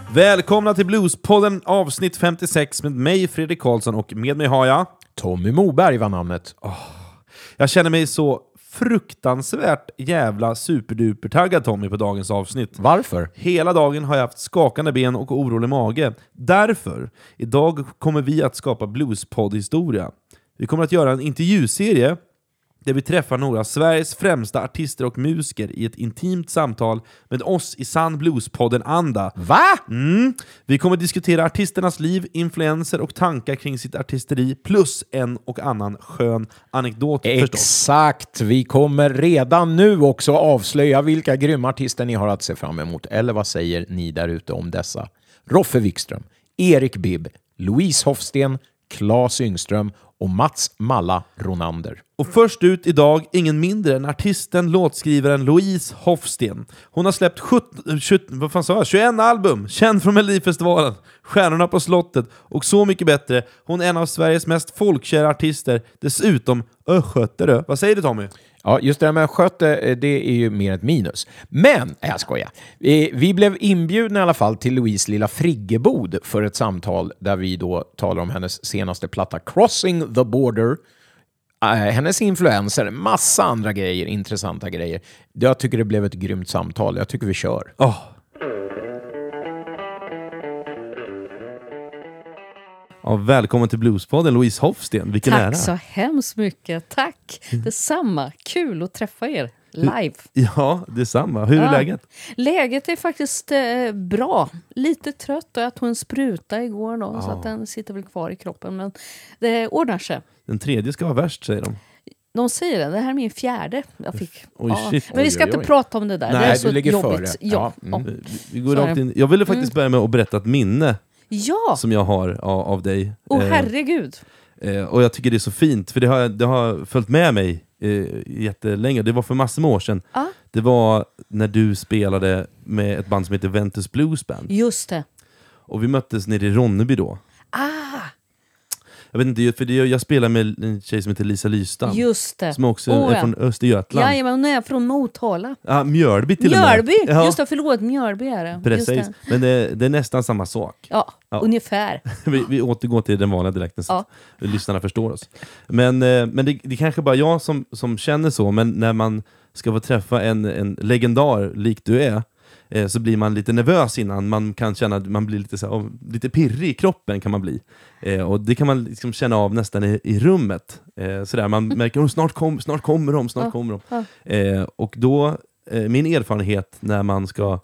Välkomna till Bluespodden avsnitt 56 med mig Fredrik Karlsson och med mig har jag Tommy Moberg var namnet. Jag känner mig så fruktansvärt jävla superduper-taggad Tommy på dagens avsnitt. Varför? Hela dagen har jag haft skakande ben och orolig mage. Därför, idag kommer vi att skapa Bluespodd-historia. Vi kommer att göra en intervjuserie där vi träffar några av Sveriges främsta artister och musiker i ett intimt samtal med oss i sann Bluespodden-anda. Va? Vi kommer att diskutera artisternas liv, influenser och tankar kring sitt artisteri plus en och annan skön anekdot förstås. Exakt, vi kommer redan nu också avslöja vilka grymma artister ni har att se fram emot. Eller vad säger ni där ute om dessa? Roffe Wikström, Erik Bibb, Louise Hofsten, Claes Yngström och Mats Malla Ronander. Och först ut idag, ingen mindre än artisten, låtskrivaren Louise Hofsten. Hon har släppt 21 album, känd från Melodifestivalen, Stjärnorna på slottet och så mycket bättre. Hon är en av Sveriges mest folkkära artister, dessutom östgötare. Vad säger du Tommy? Ja, just det där med östgöte, det är ju mer ett minus. Men, jag skojar. Vi blev inbjudna i alla fall till Louise lilla Friggebod för ett samtal där vi då talar om hennes senaste platta Crossing the Border, hennes influenser, massa andra grejer, intressanta grejer. Jag tycker det blev ett grymt samtal. Jag tycker vi kör. Ja, välkommen till Bluespodden, Louise Hofsten. Vilken ära. Tack så hemskt mycket. Tack. Detsamma. Kul att träffa er live. Ja, detsamma. Hur är läget? Läget är faktiskt bra. Lite trött och jag tog en spruta igår då, så att den sitter väl kvar i kroppen. Men det ordnar sig. Den tredje ska vara värst, säger de. De säger det. Det här är min fjärde jag fick. Oj, shit. Men vi ska inte prata om det där. Nej, det är så du ligger jobbigt. före. Ja. Vi går rakt in. Jag ville faktiskt börja med att berätta ett minne som jag har av dig. Herregud. Och jag tycker det är så fint, för det har följt med mig jättelänge. Det var för massor med år sedan. Det var när du spelade med ett band som heter Ventus Blues Band. Just det. Och vi möttes nere i Ronneby då. Jag vet inte, för jag spelar med en tjej som heter Lisa Lystam. Just det. Som också är från Östergötland. Ja, men hon är från Motala. Ja, Mjölby till och med. Mjölby! Ja. Just det, förlåt. Mjölby är det. Precis. Just det. Men det är nästan samma sak. Ja, ungefär. Vi återgår till den vanliga dialekten så lyssnarna förstår oss. Men det är kanske bara jag som känner så, men när man ska få träffa en legendar lik du är, så blir man lite nervös innan. Man kan känna att man blir lite pirrig i kroppen kan man bli. Och det kan man liksom känna av nästan i rummet. Sådär, man märker att snart kommer de. Och då, min erfarenhet när man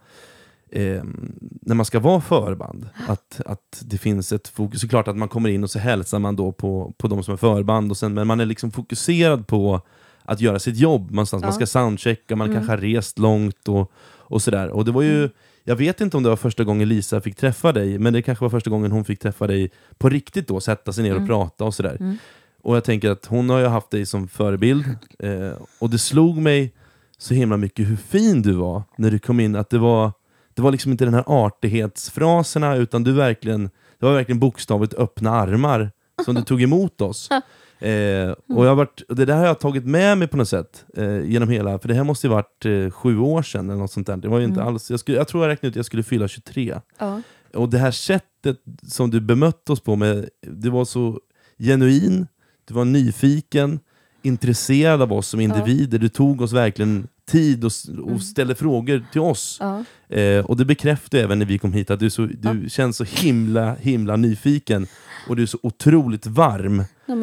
ska vara förband, att det finns ett fokus. Så klart att man kommer in och så hälsar man då på de som är förband. Och sen, men man är liksom fokuserad på att göra sitt jobb någonstans. Man ska soundchecka, man kanske har rest långt och sådär. Och det var ju, jag vet inte om det var första gången Lisa fick träffa dig, men det kanske var första gången hon fick träffa dig på riktigt då, sätta sig ner och prata och sådär. Och jag tänker att hon har ju haft dig som förebild, och det slog mig så himla mycket hur fin du var när du kom in, att det var liksom inte den här artighetsfraserna, utan det var verkligen bokstavligt öppna armar som du tog emot oss. Och det där har jag tagit med mig på något sätt genom hela, för det här måste ju varit 7 år sedan eller något sånt där. Det var ju inte alls, jag tror jag räknade ut att jag skulle fylla 23. Och det här sättet som du bemött oss på med, det var så genuin, du var nyfiken, intresserad av oss som individer, du tog oss verkligen tid och ställde frågor till oss. Och det bekräftade även när vi kom hit att du känns så himla nyfiken, och du är så otroligt varm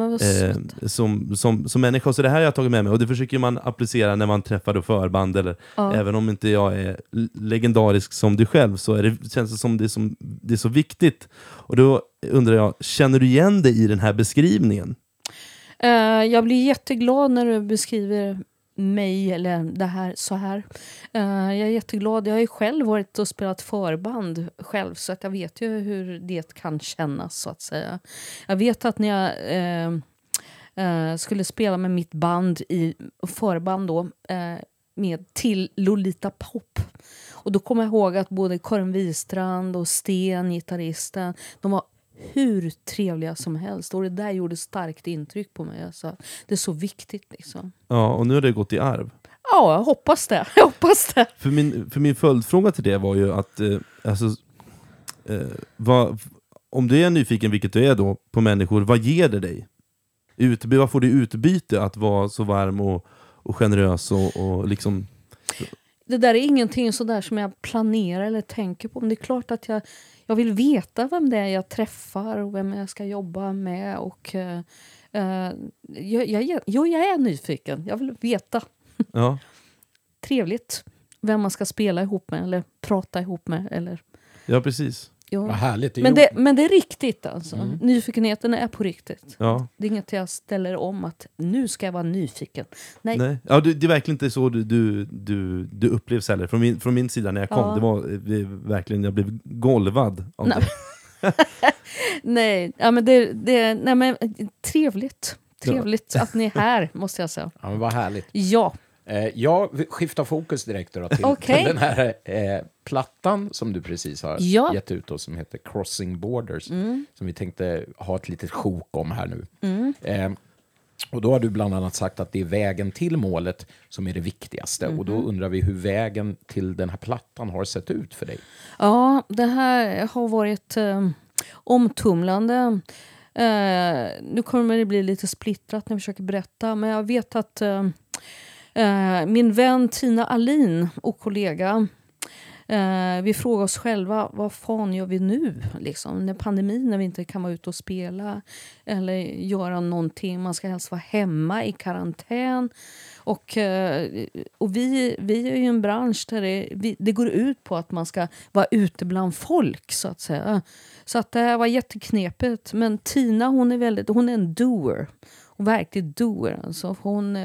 som människa. Så det här har jag tagit med mig, och det försöker man applicera när man träffar förband, eller även om inte jag är legendarisk som du själv, så känns det som det är så viktigt. Och då undrar jag, känner du igen dig i den här beskrivningen? Jag blir jätteglad när du beskriver mig eller det här så här. Jag är jätteglad. Jag har ju själv varit och spelat förband själv, så att jag vet ju hur det kan kännas, så att säga. Jag vet att när jag skulle spela med mitt band i förband då, till Lolita Pop. Och då kommer jag ihåg att både Karin Wistrand och Sten, gitarristen, de var hur trevliga som helst. Och det där gjorde starkt intryck på mig. Alltså, det är så viktigt liksom. Ja, och nu har det gått i arv. Ja, jag hoppas det. För min följdfråga till det var ju att alltså, Om du är nyfiken, vilket du är då, på människor, vad ger det dig? Vad får du utbyte att vara så varm och generös och liksom... Det där är ingenting sådär som jag planerar eller tänker på. Men det är klart att jag vill veta vem det är jag träffar och vem jag ska jobba med. Och, jag är nyfiken. Jag vill veta. Ja. Trevligt. Vem man ska spela ihop med eller prata ihop med. Eller, Ja, precis. ja. Vad härligt. Men det är riktigt alltså. Nyfikenheten är på riktigt. Ja. Det är inget jag ställer om att nu ska jag vara nyfiken. Nej. Ja, det är verkligen inte så du upplevs heller. Från min sida när jag kom, det verkligen, jag blev golvad av det. Nej, ja, men nej, men trevligt. Trevligt att ni är här, måste jag säga. Ja, men vad härligt. Ja. Jag skiftar fokus direkt då till den här plattan som du precis har gett ut och som heter Crossing Borders. Som vi tänkte ha ett litet sjok om här nu. Och då har du bland annat sagt att det är vägen till målet som är det viktigaste. Och då undrar vi hur vägen till den här plattan har sett ut för dig. Ja, det här har varit omtumlande. Nu kommer det bli lite splittrat när jag försöker berätta. Men jag vet att min vän Tina Alin och kollega, vi frågar oss själva, vad fan gör vi nu? Liksom, när pandemin, när vi inte kan vara ute och spela eller göra någonting. Man ska helst vara hemma i karantän. Och vi är ju en bransch där det går ut på att man ska vara ute bland folk, så att säga. Så att det här var jätteknepigt. Men Tina, hon är en doer. Och verkligen doer. Alltså hon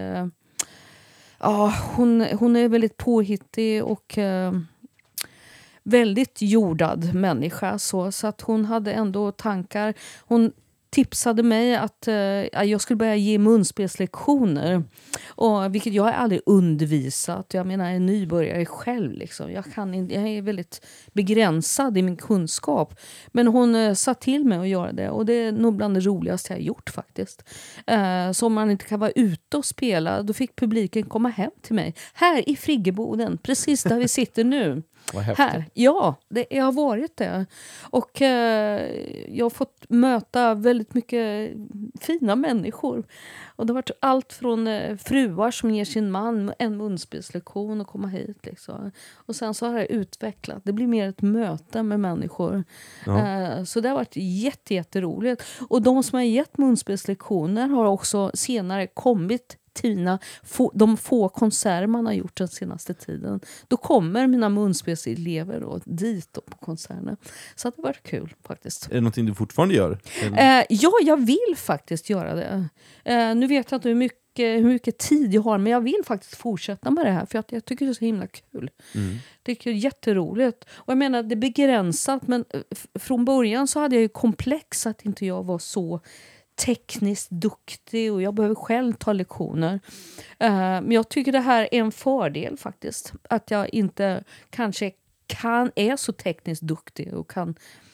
är väldigt påhittig och väldigt jordad människa. Så att hon hade ändå tankar. Hon tipsade mig att jag skulle börja ge munspelslektioner. Vilket jag har aldrig undervisat. Jag menar, jag är nybörjare själv. Liksom. Jag är väldigt begränsad i min kunskap. Men hon sa till mig att göra det. Och det är nog bland det roligaste jag har gjort faktiskt. Så om man inte kan vara ute och spela, då fick publiken komma hem till mig. Här i Friggeboden, precis där vi sitter nu. Vad häftigt. Här. Ja, jag har varit det. Och jag har fått möta väldigt mycket fina människor. Och det har varit allt från fruar som ger sin man en munspelslektion och komma hit. Liksom. Och sen så har det utvecklat. Det blir mer ett möte med människor. Ja. Så det har varit jätteroligt. Och de som har gett munspelslektioner har också senare kommit Tina, de få konserter man har gjort den senaste tiden. Då kommer mina munspelselever dit på konserterna. Så det har varit kul faktiskt. Är det någonting du fortfarande gör? Ja, jag vill faktiskt göra det. Nu vet jag inte hur mycket tid jag har, men jag vill faktiskt fortsätta med det här för att jag tycker det är så himla kul. Det är jätteroligt. Och jag menar, det är begränsat, men från början så hade jag ju komplex att inte jag var så tekniskt duktig och jag behöver själv ta lektioner. Men jag tycker det här är en fördel faktiskt. Att jag inte kanske är så tekniskt duktig och kan...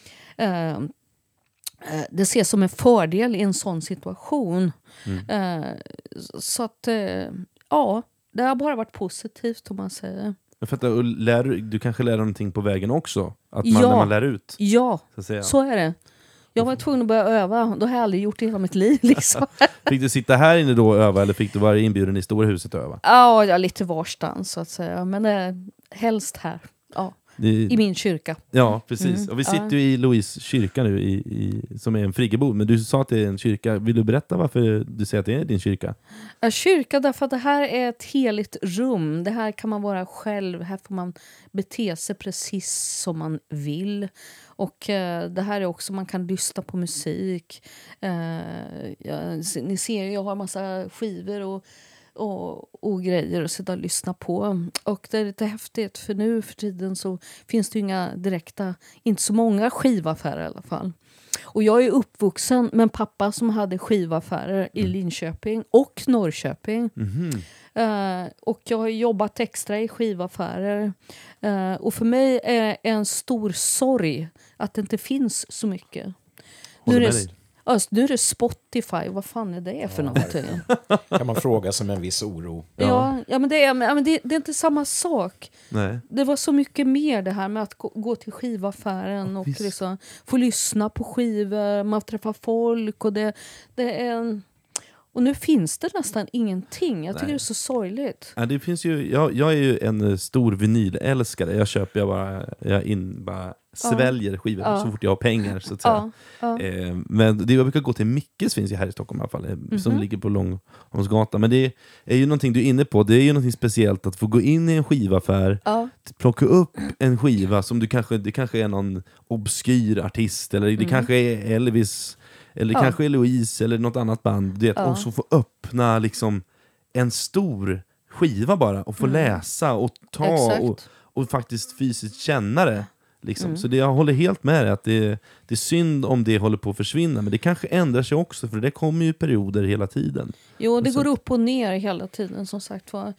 det ses som en fördel i en sån situation. Så att, ja, det har bara varit positivt om man säger. Jag fattar, du kanske lär någonting på vägen också? När man lär ut? Ja, så är det. Jag var tvungen att börja öva. Då har jag aldrig gjort det i hela mitt liv. Liksom. Fick du sitta här inne då och öva eller fick du vara inbjuden i stora huset att öva? Ja, lite varstans så att säga. Men helst här. Ja. I min kyrka. Ja, precis. Och vi sitter ju i Louise kyrka nu som är en friggebod. Men du sa att det är en kyrka. Vill du berätta varför du säger att det är din kyrka? Kyrka därför att det här är ett heligt rum. Det här kan man vara själv. Här får man bete sig precis som man vill. Och det här är också, man kan lyssna på musik. Ni ser ju, jag har massa skivor och grejer att sitta och lyssna på. Och det är lite häftigt för nu för tiden så finns det ju inte så många skivaffärer i alla fall. Och jag är uppvuxen med en pappa som hade skivaffärer i Linköping och Norrköping. Och jag har jobbat extra i skivaffärer. Och för mig är det en stor sorg att det inte finns så mycket. Alltså, nu är det Spotify. Vad fan är det för någonting? Kan man fråga sig med en viss oro. Ja, men det är inte samma sak. Nej. Det var så mycket mer det här med att gå till skivaffären och liksom få lyssna på skivor, man träffar folk och det är och nu finns det nästan ingenting. Jag tycker det är så sorgligt. Ja, det finns ju, jag är ju en stor vinylälskare. Jag bara sväljer skivor så fort jag har pengar så att säga. Men jag brukar gå till Mickes, finns ju här i Stockholm i alla fall, som ligger på Långholmsgatan. Men det är ju någonting du är inne på. Det är ju någonting speciellt att få gå in i en skivaffär, plocka upp en skiva som det kanske är någon obskyr artist, eller det kanske är Elvis, eller kanske är Louise eller något annat band, och så få öppna liksom en stor skiva bara och få läsa och ta och faktiskt fysiskt känna det liksom. Så jag håller helt med dig att det är synd om det håller på att försvinna, men det kanske ändrar sig också, för det kommer ju perioder hela tiden. Jo, det går upp och ner hela tiden som sagt var.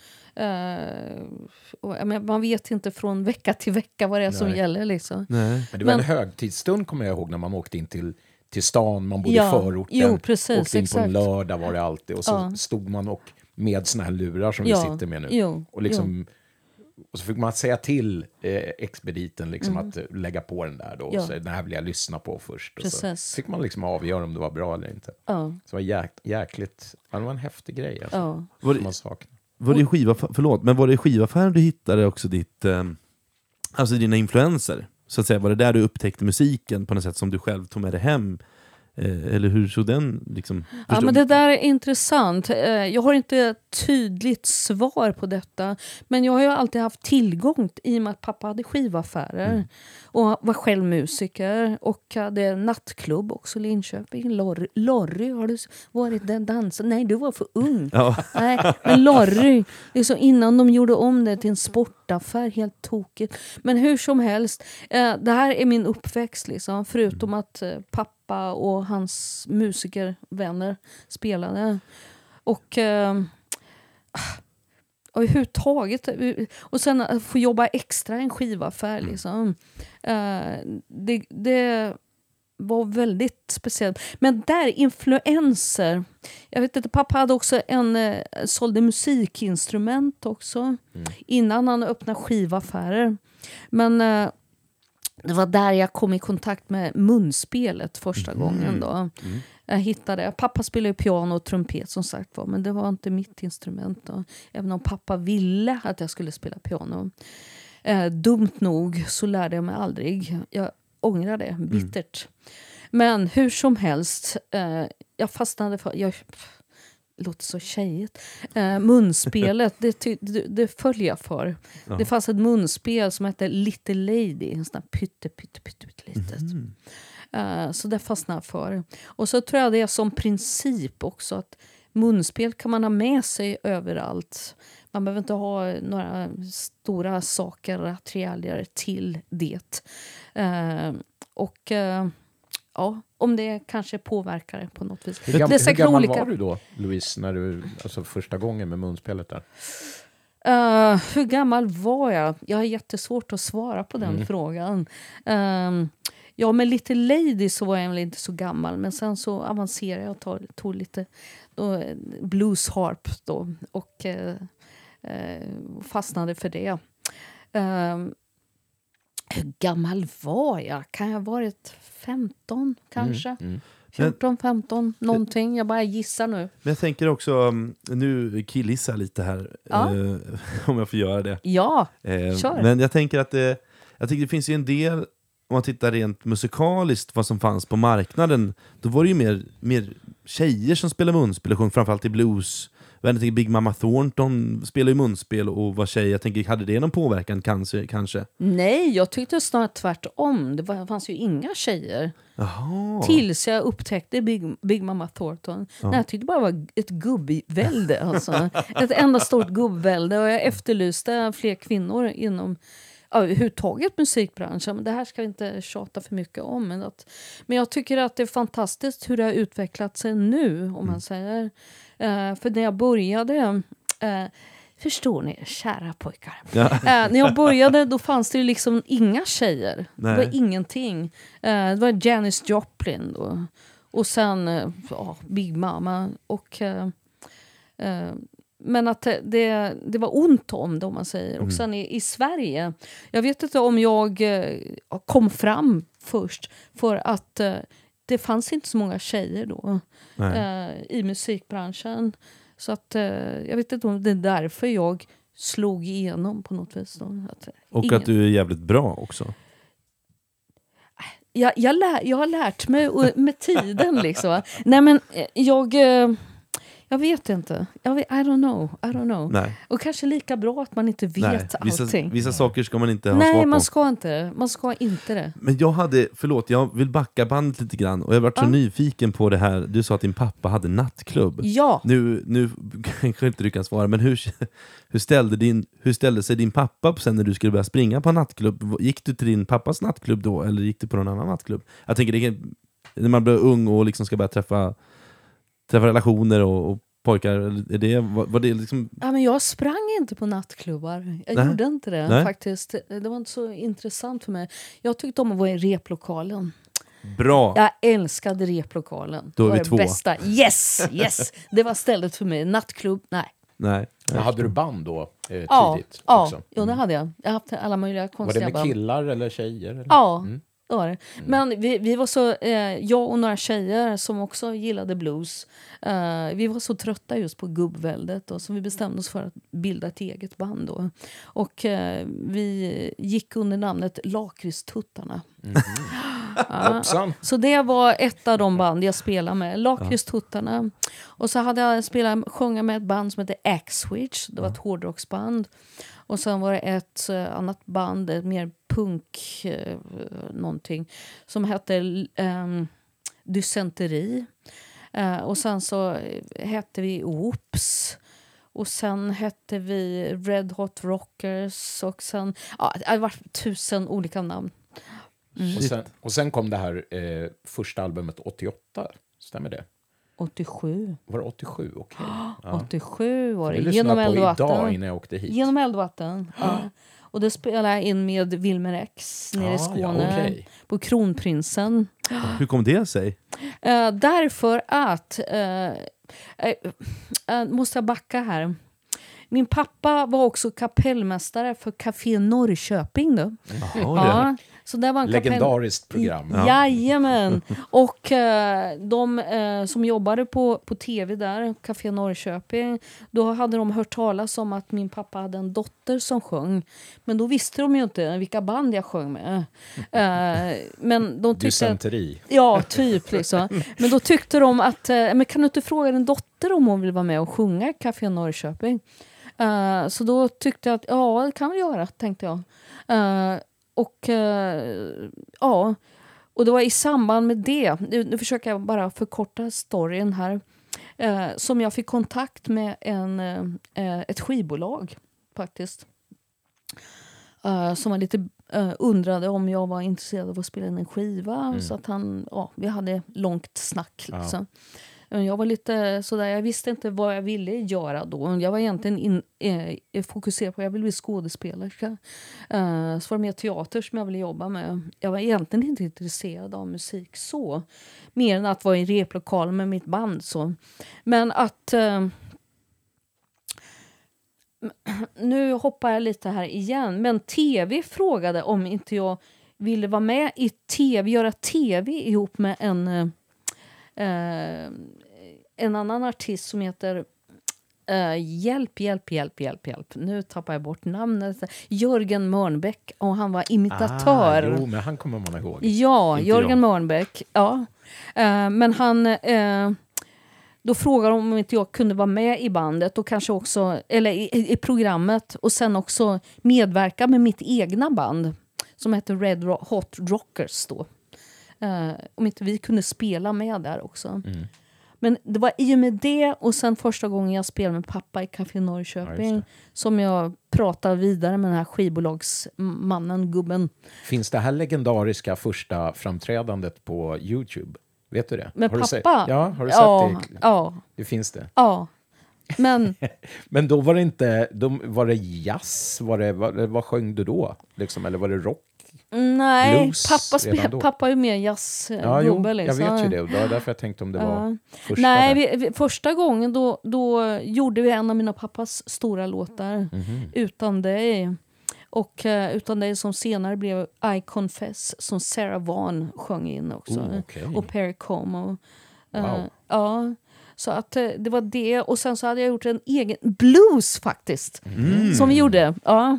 Man vet inte från vecka till vecka vad det är som gäller liksom. Men det var en högtidsstund, kommer jag ihåg, när man åkte in till stan, man bodde i förorten. Jo, precis, åkte in exakt. på en lördag var det alltid. Och så stod man och med såna här lurar som vi sitter med nu. Och liksom och så fick man säga till expediten liksom att lägga på den där då. Och så, den här vill jag lyssna på först. Och så fick man liksom avgöra om det var bra eller inte. Så det var jäkligt, det var en häftig grej alltså, man saknar. Var det skivaffären du hittade också alltså dina influenser? Så att säga, var det där du upptäckte musiken på något sätt som du själv tog med dig hem? Eller hur såg den liksom? Ja, men det där är intressant. Jag har inte tydligt svar på detta, men jag har ju alltid haft tillgång i och med att pappa hade skivaffärer och var själv musiker och hade nattklubb också i Linköping. Lorry, har du varit den dansen? Nej, du var för ung. Nej, men Lorry, liksom innan de gjorde om det till en sportaffär, helt tokigt. Men hur som helst, det här är min uppväxt liksom, förutom att pappa och hans musikervänner spelade. Och överhuvudtaget. Och sen få jobba extra i en skivaffär. Liksom. Det var väldigt speciellt. Men där influenser. Jag vet inte, pappa hade också sålde musikinstrument också. Innan han öppnade skivaffärer. Men det var där jag kom i kontakt med munspelet första gången då. Jag hittade, pappa spelade piano och trumpet som sagt var, men det var inte mitt instrument då. Även om pappa ville att jag skulle spela piano. Dumt nog så lärde jag mig aldrig. Jag ångrar det, bittert. Men hur som helst, jag fastnade för... låter så tjejigt. Munspelet, det följer jag för. Det fanns ett munspel som hette Little Lady, en sån här pytte litet. Så det fastnade jag för. Och så tror jag det är som princip också att munspel kan man ha med sig överallt. Man behöver inte ha några stora saker, attiraljer till det. Om det kanske påverkar det på något vis. Hur gammal var du då, Louise, när du, alltså första gången med munspelet där? Hur gammal var jag? Jag har jättesvårt att svara på den frågan. Med Little Lady så var jag väl inte så gammal, men sen så avancerade jag och tog lite blues harp då och fastnade för det. Hur gammal var jag? Kan jag ha varit 15 kanske? 14, 15, någonting. Jag bara gissar nu. Men jag tänker också, nu killgissar lite här, om jag får göra det. Ja, kör. Men jag tänker att jag tycker det finns ju en del, om man tittar rent musikaliskt vad som fanns på marknaden, då var det ju mer tjejer som spelade munspel och sjöng framförallt i blues. Jag tänker Big Mama Thornton spelar ju munspel och var tjej. Jag tänker, hade det någon påverkan kanske? Nej, jag tyckte snarare tvärtom. Det fanns ju inga tjejer. Aha. Tills jag upptäckte Big Mama Thornton. Nej, jag tyckte bara det var ett gubbvälde. Alltså. Ett enda stort gubbvälde. Och jag efterlyste fler kvinnor inom överhuvudtaget musikbranschen. Men det här ska vi inte tjata för mycket om. Men jag tycker att det är fantastiskt hur det har utvecklat sig nu, om man säger. För när jag började... förstår ni, kära pojkar. När jag började då fanns det liksom inga tjejer. Nej. Det var ingenting. Det var Janis Joplin då. Och sen Big Mama. Men att det var ont om det, om man säger. Och sen i Sverige, jag vet inte om jag kom fram först för att det fanns inte så många tjejer då i musikbranschen. Så att jag vet inte om det är därför jag slog igenom på något vis. Då. Att du är jävligt bra också. Jag har lärt mig med tiden liksom. Nej men jag vet inte. I don't know. Nej. Och kanske lika bra att man inte vet allting. Vissa saker ska man inte ha Nej, svar på. man ska inte det. Men jag vill backa bandet lite grann. Och jag har varit så nyfiken på det här. Du sa att din pappa hade nattklubb. Ja. Nu kanske inte du kan svara, men hur ställde sig din pappa på sen när du skulle börja springa på nattklubb? Gick du till din pappas nattklubb då, eller gick du på någon annan nattklubb? Jag tänker, när man blir ung och liksom ska börja träffa relationer och pojkar, var det liksom... Ja, men jag sprang inte på nattklubbar. Jag gjorde inte det faktiskt. Det var inte så intressant för mig. Jag tyckte om att vara i replokalen. Bra! Jag älskade replokalen. Då är vi det två. Bästa. Yes! Det var stället för mig. Nattklubb, nej. Men hade du band då tidigt? Ja, också? det hade jag. Jag har haft alla möjliga konstiga band. Var det med band. killar eller tjejer? Eller? Ja. Det var det. Men vi var så, jag och några tjejer som också gillade blues, vi var så trötta just på gubbväldet och så vi bestämde oss för att bilda ett eget band då. Och vi gick under namnet Lakritstuttarna. Så det var ett av de band jag spelade med, Lakritstuttarna. Och så hade jag sjunga med ett band som heter Axwitch, det var ett hårdrocksband. Och sen var det ett annat band, ett mer punk någonting, som hette Dysenteri. Och sen så hette vi Oops. Och sen hette vi Red Hot Rockers. Och sen, det har varit 1000 olika namn. Och sen kom det här första albumet 88, stämmer det? 87. Var det 87? Okej. Ja. 87 var det. Genom eld och vatten. Idag innan jag åkte hit. Genom eld och vatten, ja. Och det spelade jag in med Wilmer X nere i Skåne. På Kronprinsen. Hur kom det sig? Därför att... måste jag backa här. Min pappa var också kapellmästare för Café Norrköping då. Jaha, så det var en legendariskt program. Jajamän. Och de som jobbade på tv där, Café Norrköping, då hade de hört talas om att min pappa hade en dotter som sjöng. Men då visste de ju inte vilka band jag sjöng med. Men de tyckte... Dysenteri. Ja, typ liksom. Men då tyckte de att, men kan du inte fråga din dotter om hon vill vara med och sjunga Café Norrköping? Så då tyckte jag att det kan vi göra, tänkte jag. Och det var i samband med det, nu försöker jag bara förkorta storyn här, som jag fick kontakt med ett skivbolag faktiskt. Som var lite undrade om jag var intresserad av att spela in en skiva. Så att vi hade långt snack liksom. Jag var lite sådär, jag visste inte vad jag ville göra då. Jag var egentligen fokuserad på att jag ville bli skådespelerska. Så var det mer teater som jag ville jobba med. Jag var egentligen inte intresserad av musik så. Mer än att vara i replokal med mitt band så. Men att... nu hoppar jag lite här igen. Men tv frågade om inte jag ville vara med i tv, göra tv ihop med en annan artist som heter hjälp. Nu tappar jag bort namnet. Jörgen Mörnbäck, och han var imitatör. Jo, men han kommer man ihåg. Ja, inte Jörgen jag. Mörnbäck. Ja. Men han... då frågade de om inte jag kunde vara med i bandet och kanske också, eller i programmet, och sen också medverka med mitt egna band som heter Red Hot Rockers då. Om inte vi kunde spela med där också. Men det var i och med det, och sen första gången jag spelade med pappa i Café Norrköping som jag pratade vidare med den här skivbolagsmannen, gubben. Finns det här legendariska första framträdandet på YouTube? Vet du det? Med har pappa? Har du sett det? Ja. Det finns det. Ja. Men Men då var det inte, var det jazz? Vad sjöng du då? Liksom, eller var det rock? Nej, blues redan då? pappa är ju mer jazzgubbe. Liksom. Jag vet ju det. Och det var därför jag tänkte om det var första. Nej, första gången då gjorde vi en av mina pappas stora låtar, Utan dig. Och Utan dig som senare blev I Confess, som Sarah Vaughan sjöng in också. Och Perry Como. Wow. Ja, så att det var det. Och sen så hade jag gjort en egen blues faktiskt. Som vi gjorde. Ja.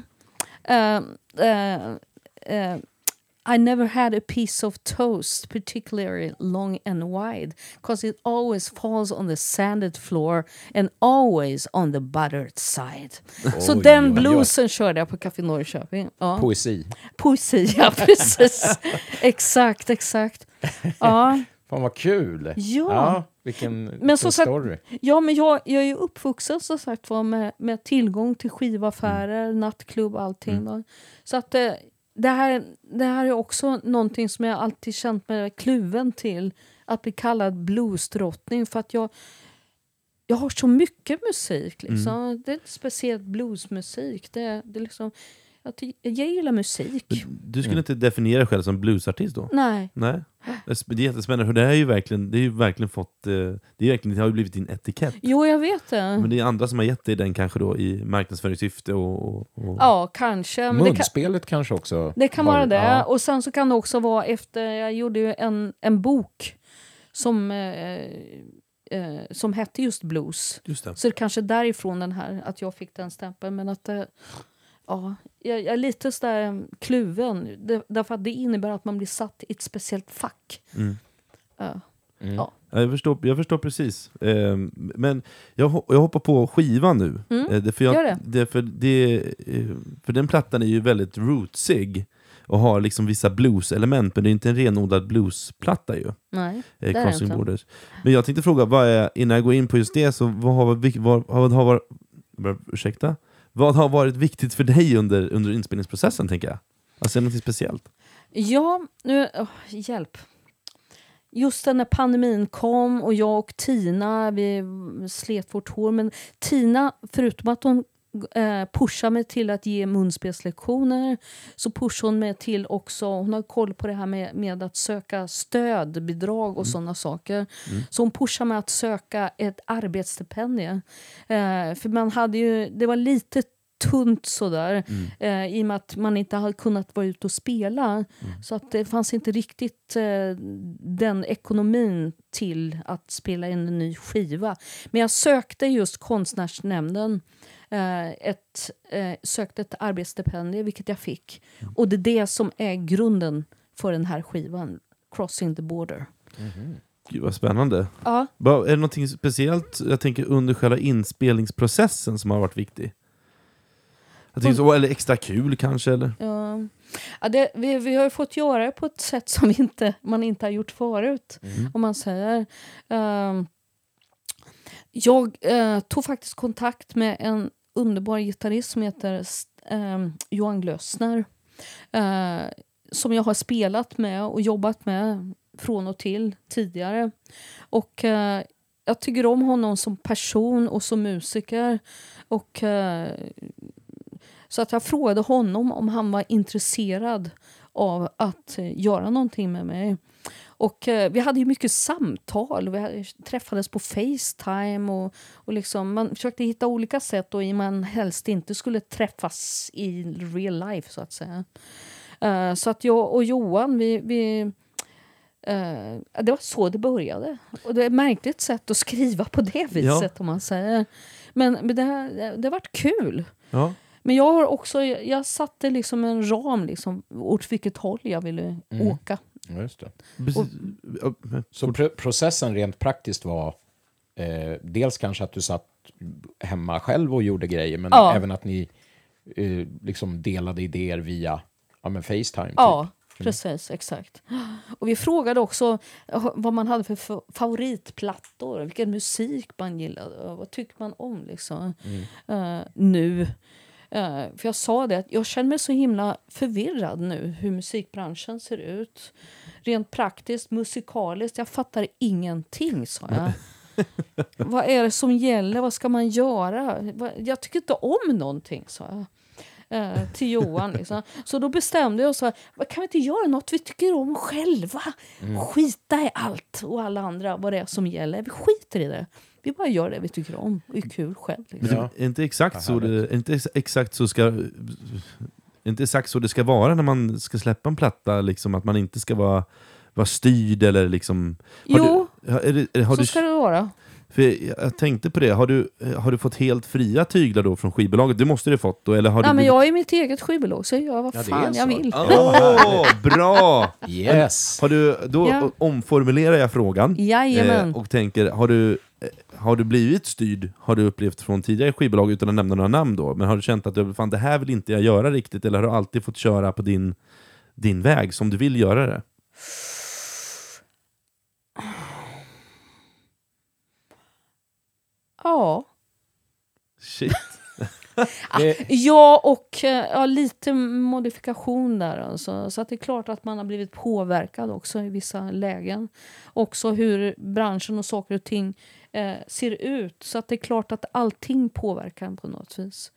I never had a piece of toast particularly long and wide, 'cause it always falls on the sanded floor and always on the buttered side. Så den bluesen körde jag på Café Norrköping. Ja. Poesi, ja precis. Exakt. Ja. Fan vad kul! Ja. Vilken story. Ja, men jag är ju uppvuxen så sagt med tillgång till skivaffärer, nattklubb, allting. Så att det här är också någonting som jag alltid känt mig kluven till, att bli kallad bluesdrottning, för att jag har så mycket musik liksom. Det är inte speciellt bluesmusik, det är liksom, jag gillar musik. Du skulle inte definiera dig själv som bluesartist då? Nej. Det är jättespännande, för det har ju blivit din etikett. Jo, jag vet det. Men det är andra som har gett dig den kanske då i marknadsföringssyfte och... Ja, kanske. Men munspelet kanske också. Det kan vara det. Ja. Och sen så kan det också vara efter, jag gjorde ju en bok som hette just blues. Just det. Så det kanske därifrån den här, att jag fick den stämpeln. Men att jag är lite sådär kluven. Därför att det innebär att man blir satt i ett speciellt fack. Ja. Jag förstår precis. Men jag hoppar på skivan nu. För den plattan är ju väldigt rootsig och har liksom vissa blues-element, men det är inte en renodlad bluesplatta ju. Nej, Crossing Borders. Men jag tänkte fråga, innan jag går in på just det, så vad har varit viktigt för dig under inspelningsprocessen, tänker jag? Alltså något speciellt? Ja, hjälp. Just när pandemin kom och jag och Tina, vi slet vårt hår. Men Tina, förutom att hon pushar mig till att ge munspelslektioner, så pushar hon mig till också, hon har koll på det här med att söka stöd, bidrag och sådana saker. Så hon pushar mig att söka ett arbetsstipendium. För man hade ju, det var lite tunt sådär, i och med att man inte hade kunnat vara ute och spela. Så att det fanns inte riktigt den ekonomin till att spela in en ny skiva. Men jag sökte just Konstnärsnämnden, sökte ett arbetsstipendium, vilket jag fick. Och det är det som är grunden för den här skivan, Crossing the Border. Gud vad spännande. Ja. Är det någonting speciellt, jag tänker, under själva inspelningsprocessen som har varit viktig? Eller extra kul kanske, eller? Ja, vi har ju fått göra det på ett sätt som man inte har gjort förut, om man säger. Jag tog faktiskt kontakt med en underbar gitarrist som heter Johan Glössner, som jag har spelat med och jobbat med från och till tidigare. Och jag tycker om honom som person och som musiker. Och så att jag frågade honom om han var intresserad av att göra någonting med mig. Och vi hade ju mycket samtal. Vi träffades på FaceTime och liksom, man försökte hitta olika sätt och man helst inte skulle träffas i real life, så att säga. Så att jag och Johan, det var så det började. Och det är ett märkligt sätt att skriva på det viset, om man säger. Men det har varit kul. Ja. Men jag satte liksom en ram liksom, åt vilket håll jag ville åka. Just det. Så processen rent praktiskt var dels kanske att du satt hemma själv och gjorde grejer, men även att ni liksom delade idéer via FaceTime. Ja, precis, exakt. Och vi frågade också vad man hade för favoritplattor, vilken musik man gillade, vad tycker man om liksom, nu. För jag sa det att jag känner mig så himla förvirrad nu hur musikbranschen ser ut. Rent praktiskt, musikaliskt, jag fattar ingenting, sa jag. Vad är det som gäller? Vad ska man göra? Jag tycker inte om någonting, sa jag. till Johan. Liksom. Så då bestämde jag så här, kan vi inte göra något vi tycker om själva? Skita i allt och alla andra vad det är som gäller. Vi skiter i det. Vi bara gör det vi tycker om. Det är kul själv. Liksom. Men det är inte exakt så inte exakt så det ska vara när man ska släppa en platta, liksom, att man inte ska vara styrd eller liksom... Så ska det vara. För jag tänkte på det, har du fått helt fria tyglar då från skivbolaget? Det måste du fått då, eller har du men jag är mitt eget skivbolag så jag gör vad fan jag vill. Bra! Yes! Har du, då omformulerar jag frågan. Jajamän. Och tänker, har du blivit styrd, har du upplevt från tidigare skivbolag utan att nämna några namn då, men har du känt att fan, det här vill inte jag göra riktigt, eller har du alltid fått köra på din väg som du vill göra det? Ja. Shit. Ja, och lite modifikation där alltså. Så att det är klart att man har blivit påverkad också i vissa lägen. Också hur branschen och saker och ting ser ut. Så att det är klart att allting påverkar på något vis.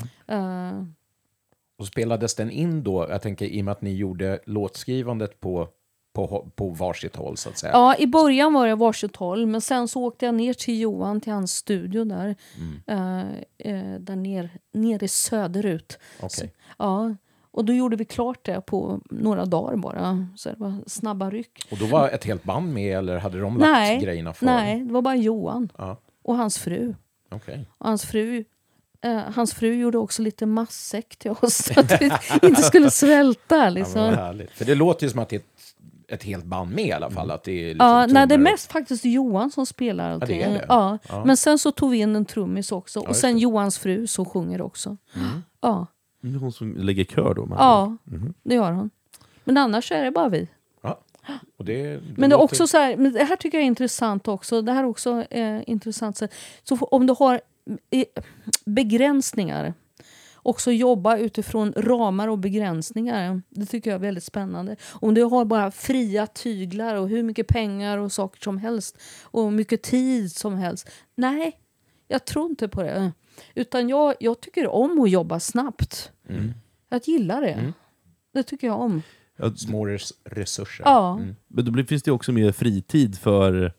Och spelades den in då, jag tänker i och med att ni gjorde låtskrivandet på varsitt håll så att säga. Ja, i början var det varsitt håll, men sen så åkte jag ner till Johan, till hans studio där. Där nere söderut. Okay. Så, ja, och då gjorde vi klart det på några dagar bara. Så det var snabba ryck. Och då var ett helt band med, eller hade de lagt grejerna för? Nej, det var bara Johan. Ja. Och hans fru. Okay. Och hans fru gjorde också lite matsäck till oss så att vi inte skulle svälta. Liksom. Ja, härligt. För det låter ju som att det är ett helt band med i alla fall. Att det är liksom nej, det är mest faktiskt Johan som spelar. Ja, det är det. Ja. Men sen så tog vi in en trummis också. Och sen Johans fru som sjunger också. Ja. Hon som lägger kör då? Det gör hon. Men annars är det bara vi. Ja. Och det men det är också så här, men det här tycker jag är intressant också. Det här är också intressant. Så om du har begränsningar, också jobba utifrån ramar och begränsningar. Det tycker jag är väldigt spännande. Om du har bara fria tyglar och hur mycket pengar och saker som helst och mycket tid som helst. Nej, jag tror inte på det. Utan jag tycker om att jobba snabbt. Jag gillar det. Det tycker jag om. Små resurser. Ja. Men då finns det också mer fritid för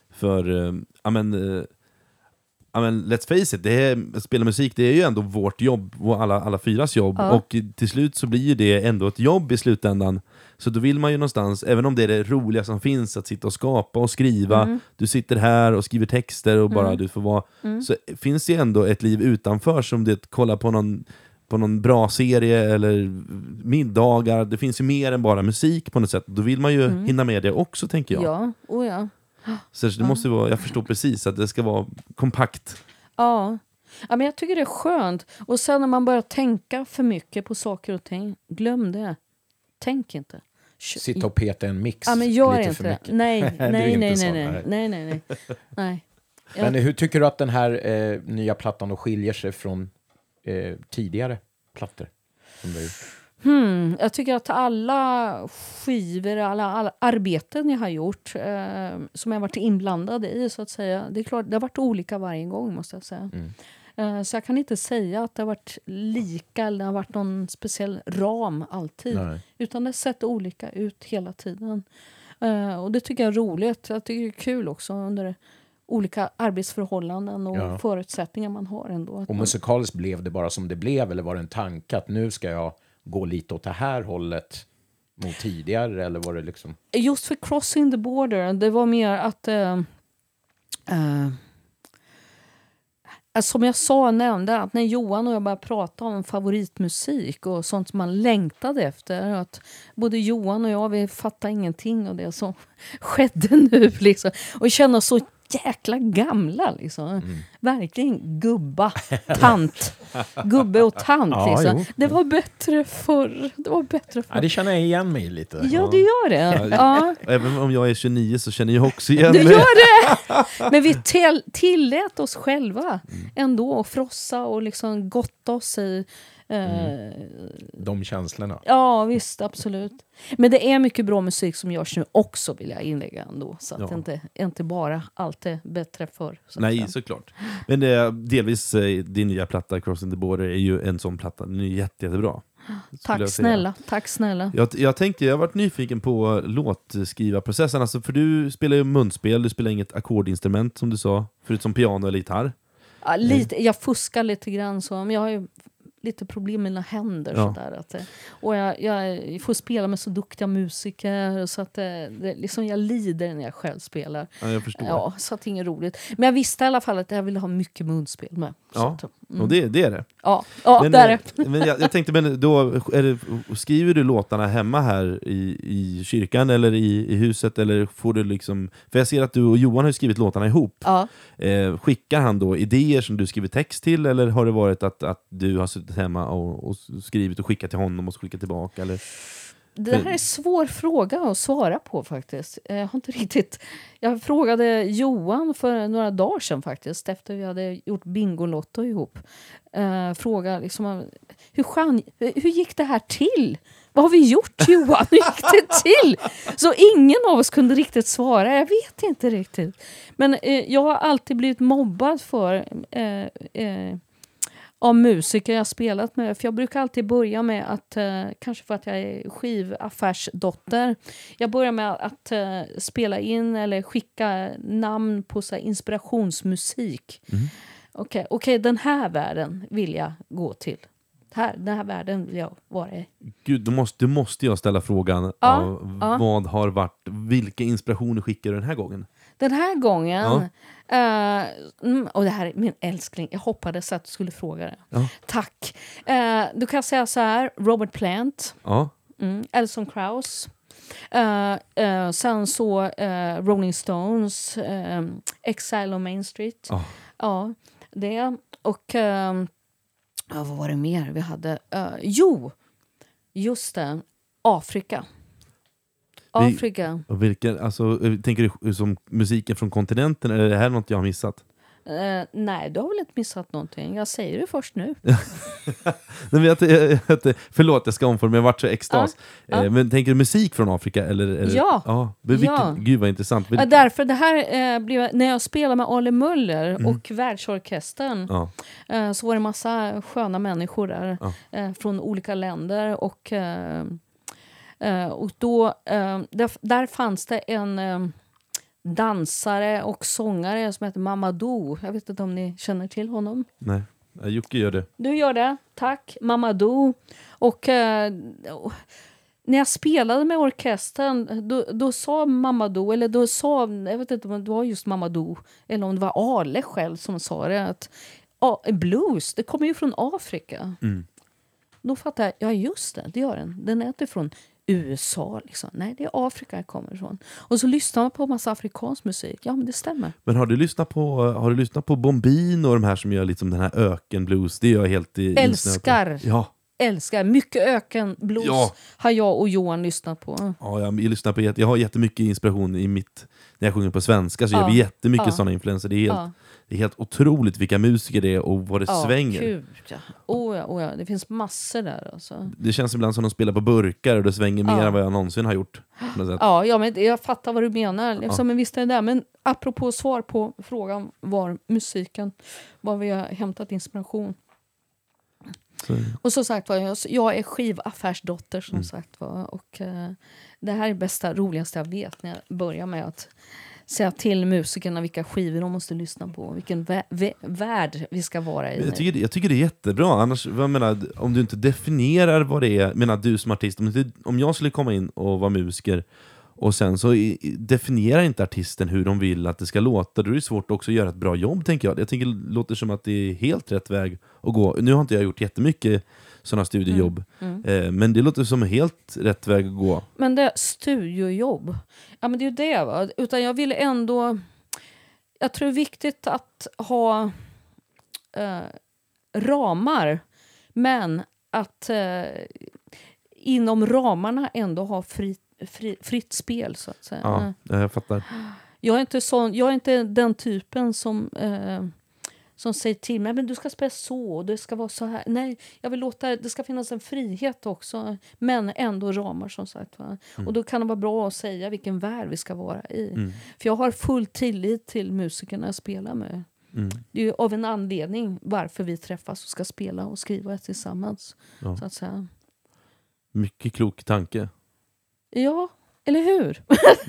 let's face it, spela musik, det är ju ändå vårt jobb och alla fyras jobb. Ja. Och till slut så blir ju det ändå ett jobb i slutändan. Så då vill man ju någonstans, även om det är det roliga som finns, att sitta och skapa och skriva. Du sitter här och skriver texter och bara du får vara. Så finns det ändå ett liv utanför, som det kolla på någon bra serie eller middagar. Det finns ju mer än bara musik på något sätt. Då vill man ju hinna med det också, tänker jag. Ja, ja. Så det måste vara, jag förstår precis att det ska vara kompakt. Ja, men jag tycker det är skönt. Och sen när man börjar tänka för mycket på saker och ting, glöm det. Tänk inte. Sitta och peta en mix men gör lite inte för mycket. Nej. Men hur tycker du att den här nya plattan då skiljer sig från tidigare plattor som du... Jag tycker att alla skivor, alla arbeten jag har gjort som jag varit inblandad i, så att säga, det är klart, det har varit olika varje gång, måste jag säga. Så jag kan inte säga att det har varit lika eller det har varit någon speciell ram alltid. Nej. Utan det har sett olika ut hela tiden. Och det tycker jag är roligt. Jag tycker det är kul också under olika arbetsförhållanden och förutsättningar man har ändå. Och musikaliskt blev det bara som det blev, eller var det en tanke att nu ska jag gå lite åt det här hållet mot tidigare, eller var det liksom... Just för Crossing the Border, det var mer att som jag nämnde, att när Johan och jag började prata om favoritmusik och sånt som man längtade efter, att både Johan och jag, vi fattade ingenting av det som skedde nu liksom, och kände oss så jäkla gamla liksom. Verkligen gubbe och tant liksom. Det var bättre förr. Ja, det känner jag igen mig lite. Ja, du gör det. Ja. Även om jag är 29 så känner jag också igen det. Du gör det! Men vi tillät oss själva ändå att frossa och liksom gotta oss i de känslorna. Ja, visst, absolut. Men det är mycket bra musik som görs nu också, vill jag inlägga ändå. Så att det inte bara allt är bättre för. Nej, såklart. Men det är delvis din nya platta Crossing the Border är ju en sån platta. Den är jättebra. Tack snälla. Jag har varit nyfiken på låtskrivarprocessen. Alltså, för du spelar ju munspel, du spelar inget ackordinstrument som du sa, förutom piano eller gitarr. Ja, jag fuskar lite grann så, men jag har ju lite problem med mina händer. Sådär, och jag får spela med så duktiga musiker så att liksom jag lider när jag själv spelar. Ja, jag förstår. Ja, så att det är inget roligt. Men jag visste i alla fall att jag ville ha mycket munspel med. Ja, och det är det. Ja, men, det är det. Men jag tänkte, men då skriver du låtarna hemma här i kyrkan eller i huset, eller får du liksom, för jag ser att du och Johan har skrivit låtarna ihop. Ja. Skickar han då idéer som du skriver text till, eller har det varit att du har suttit hemma och skrivit och skickat till honom och skickat tillbaka, eller? Det här är en svår fråga att svara på faktiskt. Jag frågade Johan för några dagar sedan faktiskt, efter vi hade gjort Bingolotto ihop. Fråga liksom, hur gick det här till? Vad har vi gjort, Johan? Hur gick det till? Så ingen av oss kunde riktigt svara. Jag vet inte riktigt. Men jag har alltid blivit mobbad av musiker jag spelat med. För jag brukar alltid börja med att, kanske för att jag är skivaffärsdotter, jag börjar med att spela in eller skicka namn på så här inspirationsmusik. Okej, den här världen vill jag gå till. Den här världen vill jag vara i. Gud, då måste jag ställa frågan. Vad har varit, vilka inspirationer skickar du den här gången? Den här gången, och det här är min älskling, jag hoppades att du skulle fråga det. Ja. Tack. Du kan säga så här, Robert Plant, Alison Krauss, sen så Rolling Stones, Exile on Main Street. Ja, det. Och vad var det mer vi hade? Just det, Afrika. Och vilken, alltså, tänker du som musiken från kontinenten, eller är det här något jag har missat? Nej, du har väl inte missat någonting. Jag säger det först nu. Nej, förlåt, jag ska omforma, jag har varit så extas. Men tänker du musik från Afrika? Eller? Ja. Gud vad intressant. Därför det här blev, när jag spelade med Ale Möller och Världsorkestern, så var det massa sköna människor där från olika länder, och då där fanns det en dansare och sångare som heter Mamadou. Jag vet inte om ni känner till honom. Nej, Jocke gör det. Du gör det, tack. Mamadou. Och när jag spelade med orkestern, då sa Mamadou, eller då sa, jag vet inte om det var just Mamadou eller om det var Ale själv som sa det, att blues, det kommer ju från Afrika. Då fattade jag, just det gör den. Den är inte från USA liksom. Nej, det är Afrika jag kommer ifrån. Och så lyssnar man på massa afrikansk musik. Ja, men det stämmer. Men har du lyssnat på Bombin och de här som gör liksom den här ökenblues? Det är jag helt älskar. Ja. Älskar. Mycket ökenblues har jag och Johan lyssnat på. Ja, jag har jättemycket inspiration när jag sjunger på svenska, så jag har jättemycket sådana influenser. Det är helt otroligt vilka musiker det är och vad det svänger. Gud, ja. Det finns massor där. Alltså. Det känns ibland som de spelar på burkar och det svänger mer än vad jag någonsin har gjort. Ja, men jag fattar vad du menar. Men visst är det där. Men apropå svar på frågan var vi har hämtat inspiration. Och så sagt jag är skivaffärsdotter som sagt var, och det här är bästa, roligaste jag vet, när jag börjar med att säga till musikerna vilka skivor de måste lyssna på, vilken värld vi ska vara i. Jag tycker det är jättebra. Annars, om du inte definierar vad det är, du som artist, om jag skulle komma in och vara musiker och sen så definierar inte artisten hur de vill att det ska låta, då är det svårt också att göra ett bra jobb, tänker jag. Jag tänker det låter som att det är helt rätt väg att gå. Nu har inte jag gjort jättemycket sådana studiejobb, men det låter som helt rätt väg att gå. Men det studiejobb, ja men det är ju det, va? Utan jag vill ändå, jag tror det är viktigt att ha ramar, men att inom ramarna ändå ha fritt spel, så att säga. Ja, jag fattar. Jag är inte den typen som säger till mig, men du ska spela så, det ska vara så här. Nej, jag vill låta, det ska finnas en frihet också, men ändå ramar, som sagt, va? Och då kan det vara bra att säga vilken värld vi ska vara i. För jag har full tillit till musikerna jag spelar med. Det är ju av en anledning varför vi träffas och ska spela och skriva tillsammans. Ja. Så att säga. Mycket klok tanke. Ja, eller hur?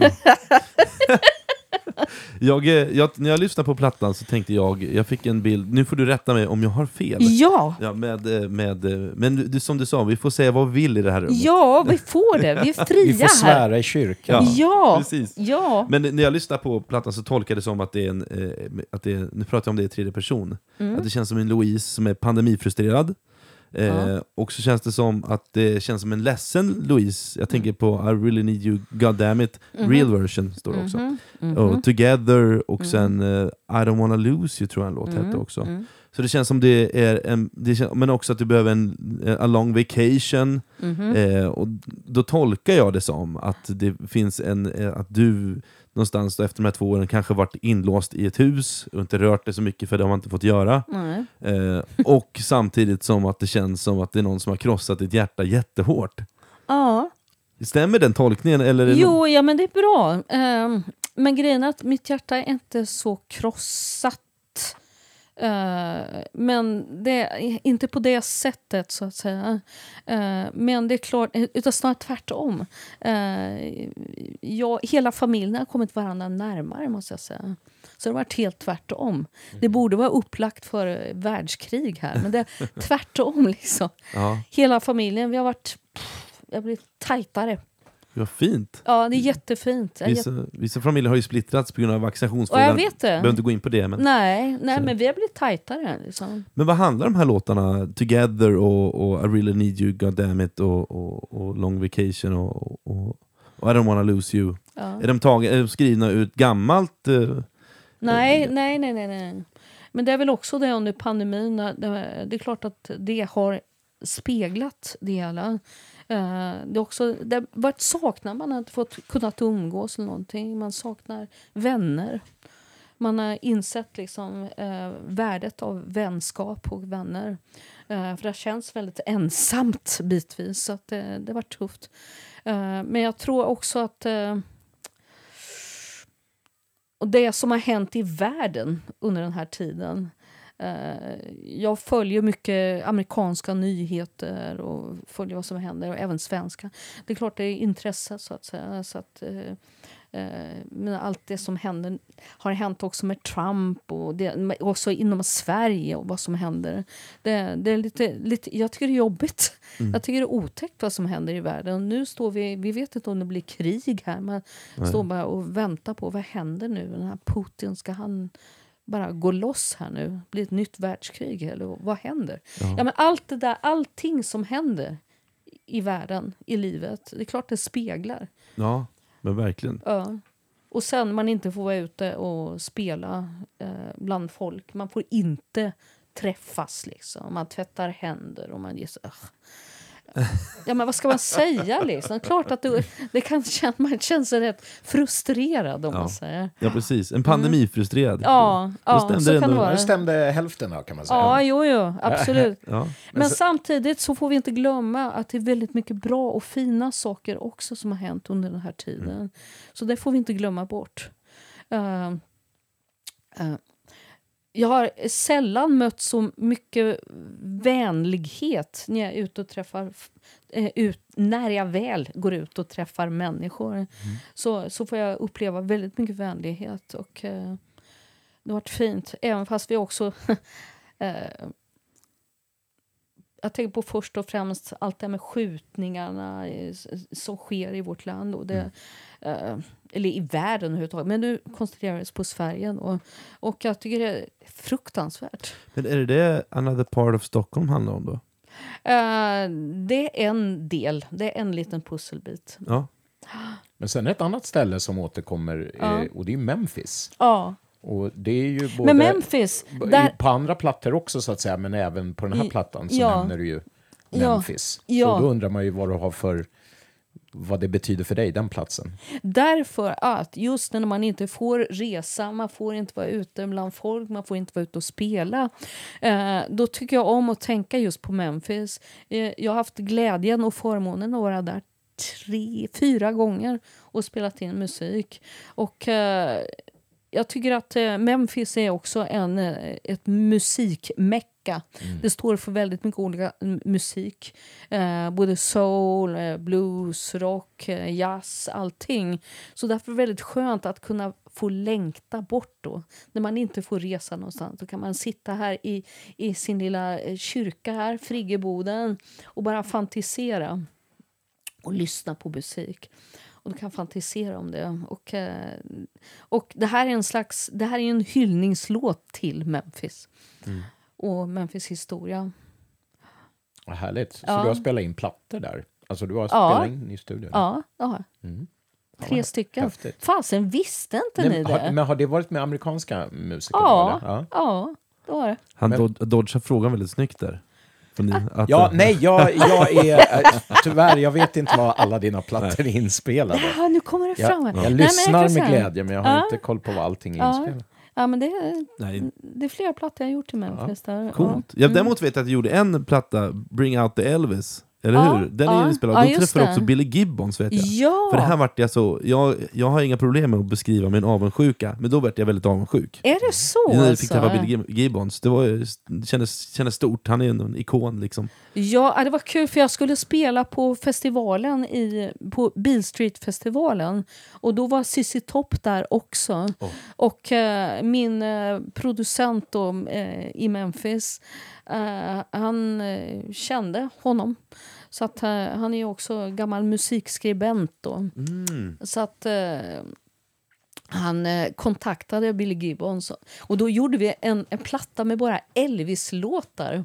När jag lyssnade på plattan så tänkte jag fick en bild, nu får du rätta mig om jag har fel. Ja! Ja, men som du sa, vi får säga vad vi vill i det här rummet. Ja, vi får det. Vi är fria Vi får här. svära i kyrkan. Ja, precis. ja. Men när jag lyssnar på plattan så tolkar det som att det är nu pratar jag om det i tredje person. Att det känns som en Louise som är pandemifrustrerad. Och så känns det som att det känns som en ledsen Louise. Jag tänker på I really need you, goddammit. Real version står det också. Och Together och sen I don't wanna lose you tror jag en låt hette också. Så det känns som det är men också att du behöver a long vacation. Och då tolkar jag det som att det finns att du någonstans då efter de här 2 åren kanske varit inlåst i ett hus och inte rört det så mycket för det har man inte fått göra. Och samtidigt som att det känns som att det är någon som har krossat ditt hjärta jättehårt. Ja. Stämmer den tolkningen? Eller Ja, men det är bra. Men grejen är att mitt hjärta är inte så krossat. Men det är inte på det sättet så att säga. Men det är klart, utan snarare tvärtom. Hela familjen har kommit varandra närmare måste jag säga. Så det har varit helt tvärtom. Det borde vara upplagt för världskrig här, men det är tvärtom liksom. Ja. Hela familjen, vi har blivit tajtare. Det var fint. Ja, det är jättefint. Vissa familjer har ju splittrats på grund av vaccinationsfrågan. Ja, jag vet det. Behöver inte gå in på det. Men... Nej, men vi har blivit tajtare. Liksom. Men vad handlar de här låtarna? Together och I really need you, goddammit och Long vacation och I don't wanna lose you. Ja. Är de skrivna ut gammalt? Nej. Men det är väl också det under pandemin. Det är klart att det har speglat det hela. Det varit saknar man har inte kunnat umgås eller någonting. Man saknar vänner. Man har insett liksom, värdet av vänskap och vänner. För det känns väldigt ensamt bitvis. Så att det var tufft. Men jag tror också att och det som har hänt i världen under den här tiden. Jag följer mycket amerikanska nyheter och följer vad som händer och även svenska. Det är klart det är intresse så att säga. Så att, men allt det som händer har hänt också med Trump och också inom Sverige och vad som händer. Det är lite, jag tycker det är jobbigt. Jag tycker det är otäckt vad som händer i världen. Och nu står vi vet inte om det blir krig här. Man står bara och väntar på vad händer nu. Den här Putin, ska han bara gå loss här nu? Blir ett nytt världskrig eller vad händer? Ja, men allt det där, allting som händer i världen, i livet, det är klart det speglar. Ja, men verkligen. Ja. Och sen man inte får vara ute och spela bland folk. Man får inte träffas liksom. Man tvättar händer och man ger sig... Ja, men vad ska man säga liksom? Klart att det kan man känner sig rätt frustrerad om man säger. Ja, precis. En pandemifrustrerad. Ja, så kan det vara. Det stämde hälften då, kan man säga. Ja, jo, absolut. Ja. Men samtidigt så får vi inte glömma att det är väldigt mycket bra och fina saker också som har hänt under den här tiden. Så det får vi inte glömma bort. Jag har sällan mött så mycket vänlighet när jag är ute och träffar när jag väl går ut och träffar människor. Så får jag uppleva väldigt mycket vänlighet och det har varit fint. Även fast vi också jag tänker på först och främst allt det med skjutningarna som sker i vårt land och det eller i världen överhuvudtaget. Men nu koncentrerar vi oss på Sverige och jag tycker det är fruktansvärt. Men är det Another Part of Stockholm handlar om då? Det är en del. Det är en liten pusselbit. Ja. Men sen ett annat ställe som återkommer och det är Memphis. Ja. Och det är ju både men Memphis, på andra plattor också så att säga, men även på den här plattan så nämner du ju Memphis. Ja. Så då undrar man ju vad det betyder för dig, den platsen. Därför att just när man inte får resa, man får inte vara ute bland folk, man får inte vara ute och spela. Då tycker jag om att tänka just på Memphis. Jag har haft glädjen och förmånen att vara där 3-4 gånger och spelat in musik. Och jag tycker att Memphis är också ett musikmecka. Det står för väldigt mycket olika musik. Både soul, blues, rock, jazz, allting. Så därför är det väldigt skönt att kunna få längta bort då. När man inte får resa någonstans. Då kan man sitta här i sin lilla kyrka här, Friggeboden, och bara fantisera. Och lyssna på musik. Och du kan fantisera om det. Och det här är det här är en hyllningslåt till Memphis. Och Memphis historia. Vad härligt. Så Ja. du har spelat in plattor där? Alltså du har spelat in i studion? Ja, det har jag. 3 stycken. Häftigt. Fasen, visste inte ni det? Men har det varit med amerikanska musiker? Ja, eller? ja, det var det. Han dodgar frågan väldigt snyggt där. Jag är tyvärr, jag vet inte vad alla dina plattor är inspelade. Ja, nu kommer det fram. Jag lyssnar med glädje, men jag har inte koll på vad allting är inspelat. Ja, men det är flera plattor jag har gjort till Memphis. Där. Coolt. Jag däremot vet att jag gjorde en platta, Bring Out the Elvis. Eller hur? Den är inspelad. Då träffade också Billy Gibbons, vet jag. Ja. För det här vart jag så... Jag har inga problem med att beskriva min avundsjuka, men då vart jag väldigt avundsjuk. Är det så? När jag fick träffa Billy Gibbons. Det kändes stort. Han är en ikon liksom. Ja, det var kul för jag skulle spela på festivalen på Beale Street-festivalen. Och då var Sissy Top där också. Och min producent då, i Memphis, han kände honom. Så att han är också gammal musikskribent då. Så att han kontaktade Billy Gibbons. Och då gjorde vi en platta med bara Elvis-låtar.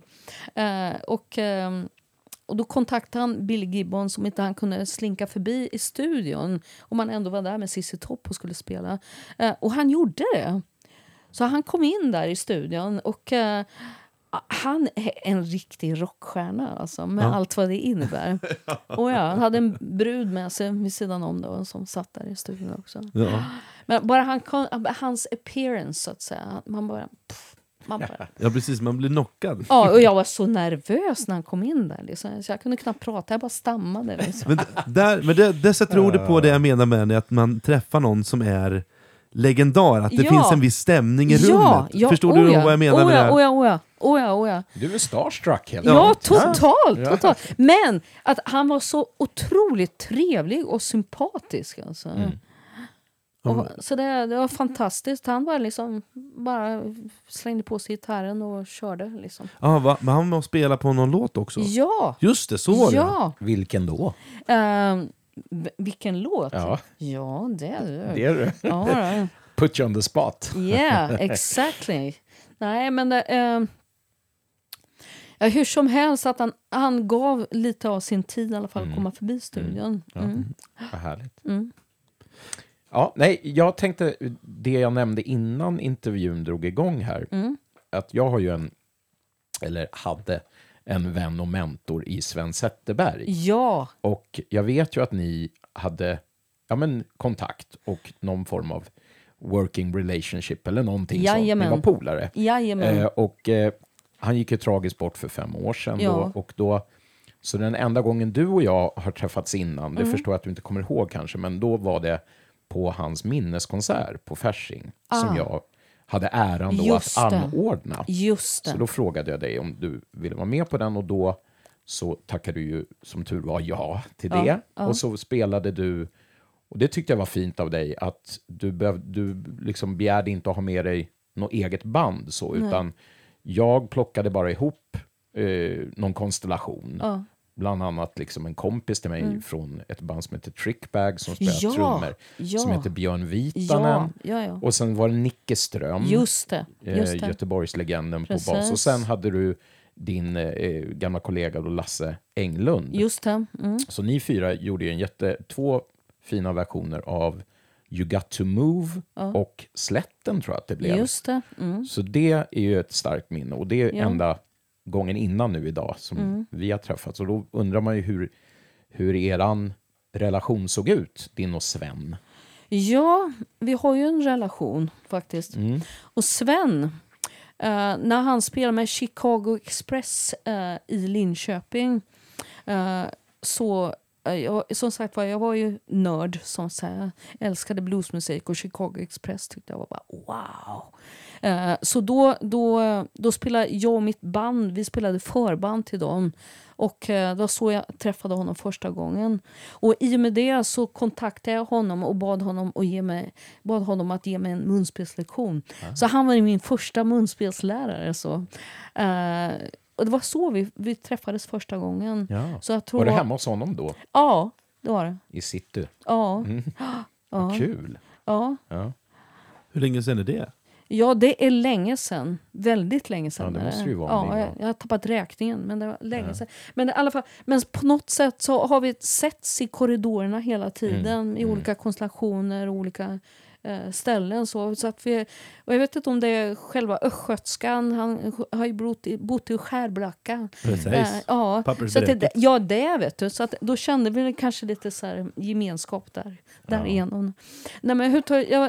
Och då kontaktade han Billy Gibbons om inte han kunde slinka förbi i studion. Om man ändå var där med Sissy Top och skulle spela. Och han gjorde det. Så han kom in där i studion och... han är en riktig rockstjärna alltså, med allt vad det innebär. Och han hade en brud med sig vid sidan om då, som satt där i studion också. Ja. Men bara hans appearance så att säga, man bara... Ja, precis, man blir knockad. Ja, och jag var så nervös när han kom in där liksom. Så jag kunde knappt prata, jag bara stammade liksom. Men det sätter ordet på det jag menar med att man träffar någon som är legendar, att det finns en viss stämning i rummet. Förstår du vad jag menar med det här? Ja. Du är starstruck helt Totalt. Men att han var så otroligt trevlig och sympatisk alltså. Så det var fantastiskt. Han var liksom bara slängde på sig gitarren och körde liksom. Ja, men han var och spela på någon låt också. Ja. Just det, så var det. Vilken då? Vilken låt? Ja, det är det. Det är det. Ja, Put you on the spot. Yeah, exactly. Nej, men hur som helst att han gav lite av sin tid i alla fall att komma förbi studion. Vad härligt. Ja, nej, jag tänkte det jag nämnde innan intervjun drog igång här. Att jag har ju hade en vän och mentor i Sven Zetterberg. Ja. Och jag vet ju att ni hade kontakt och någon form av working relationship eller någonting sånt. Ni var polare. Jajamän. Och han gick ju tragiskt bort för 5 år sedan. Ja. Så den enda gången du och jag har träffats innan, det förstår jag att du inte kommer ihåg kanske, men då var det på hans minneskonsert på Fasching som jag hade äran då att anordna. Just det. Så då frågade jag dig om du ville vara med på den och då så tackade du ju som tur var ja till det. Och så spelade du, och det tyckte jag var fint av dig, att du liksom begärde inte att ha med dig något eget band så, utan jag plockade bara ihop någon konstellation. Bland annat liksom en kompis till mig från ett band som heter Trickbag som spelar trummor. Som heter Björn Vitanen. Ja. Och sen var det Nicke Ström. Just det. Göteborgslegenden på bas. Och sen hade du din gamla kollega då Lasse Englund. Just det. Så ni 4 gjorde ju 2 fina versioner av You Got To Move och Slätten tror jag att det blev. Just det. Så det är ju ett starkt minne. Och det är enda gången innan nu idag som vi har träffats. Och då undrar man ju hur eran relation såg ut, din och Sven. Ja, vi har ju en relation faktiskt. Och Sven, när han spelar med Chicago Express i Linköping så som sagt jag var ju nörd som säger, älskade bluesmusik och Chicago Express tyckte jag var bara wow. Så då spelade jag och mitt band, vi spelade förband till dem. Och det var så jag träffade honom första gången. Och i och med det så kontaktade jag honom och bad honom att ge mig en munspelslektion. Så han var min första munspelslärare. Så. Och det var så vi träffades första gången. Ja. Så jag tror var det hemma hos honom då? Ja, det var det. I city? Ja. Vad kul. Ja. Hur länge sedan är det? Ja, det är länge sedan. Väldigt länge sedan. Ja, det måste ju vara jag har tappat räkningen, men det var länge sedan. Men i alla fall, men på något sätt så har vi setts i korridorerna hela tiden i olika konstellationer, olika ställen. Så att och jag vet inte om det är själva östgötskan, han har ju bott i Skärblacka. Precis. Ja, så att det vet du. Så att då kände vi kanske lite så här gemenskap där igenom. Nej, men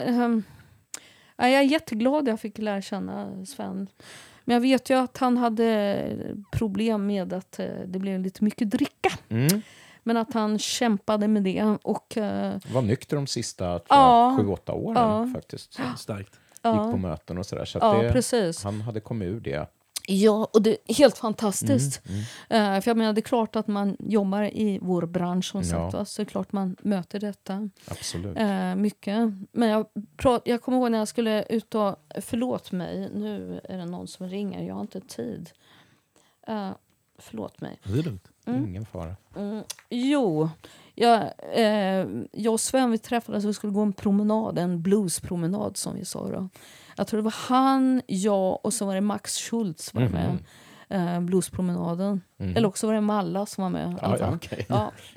jag är jätteglad jag fick lära känna Sven. Men jag vet ju att han hade problem med att det blev lite mycket dricka. Men att han kämpade med det. Och, var nykter de sista 7-8 åren faktiskt. Starkt. Gick på möten och sådär. Så precis. Han hade kommit ur det. Ja, och det är helt fantastiskt. För jag menar, det är klart att man jobbar i vår bransch som sagt, va? Så det är klart man möter detta. Absolut. Mycket. Men jag kommer ihåg när jag skulle ut och... Förlåt mig, nu är det någon som ringer. Jag har inte tid. Förlåt mig. Det är lugnt. Ingen fara. Jo, jag och Sven vi träffades och vi skulle gå en promenad, en bluespromenad som vi sa då. Jag tror det var han, jag och så var det Max Schultz var med. Bluespromenaden. Eller också var det Malla som var med. Okay.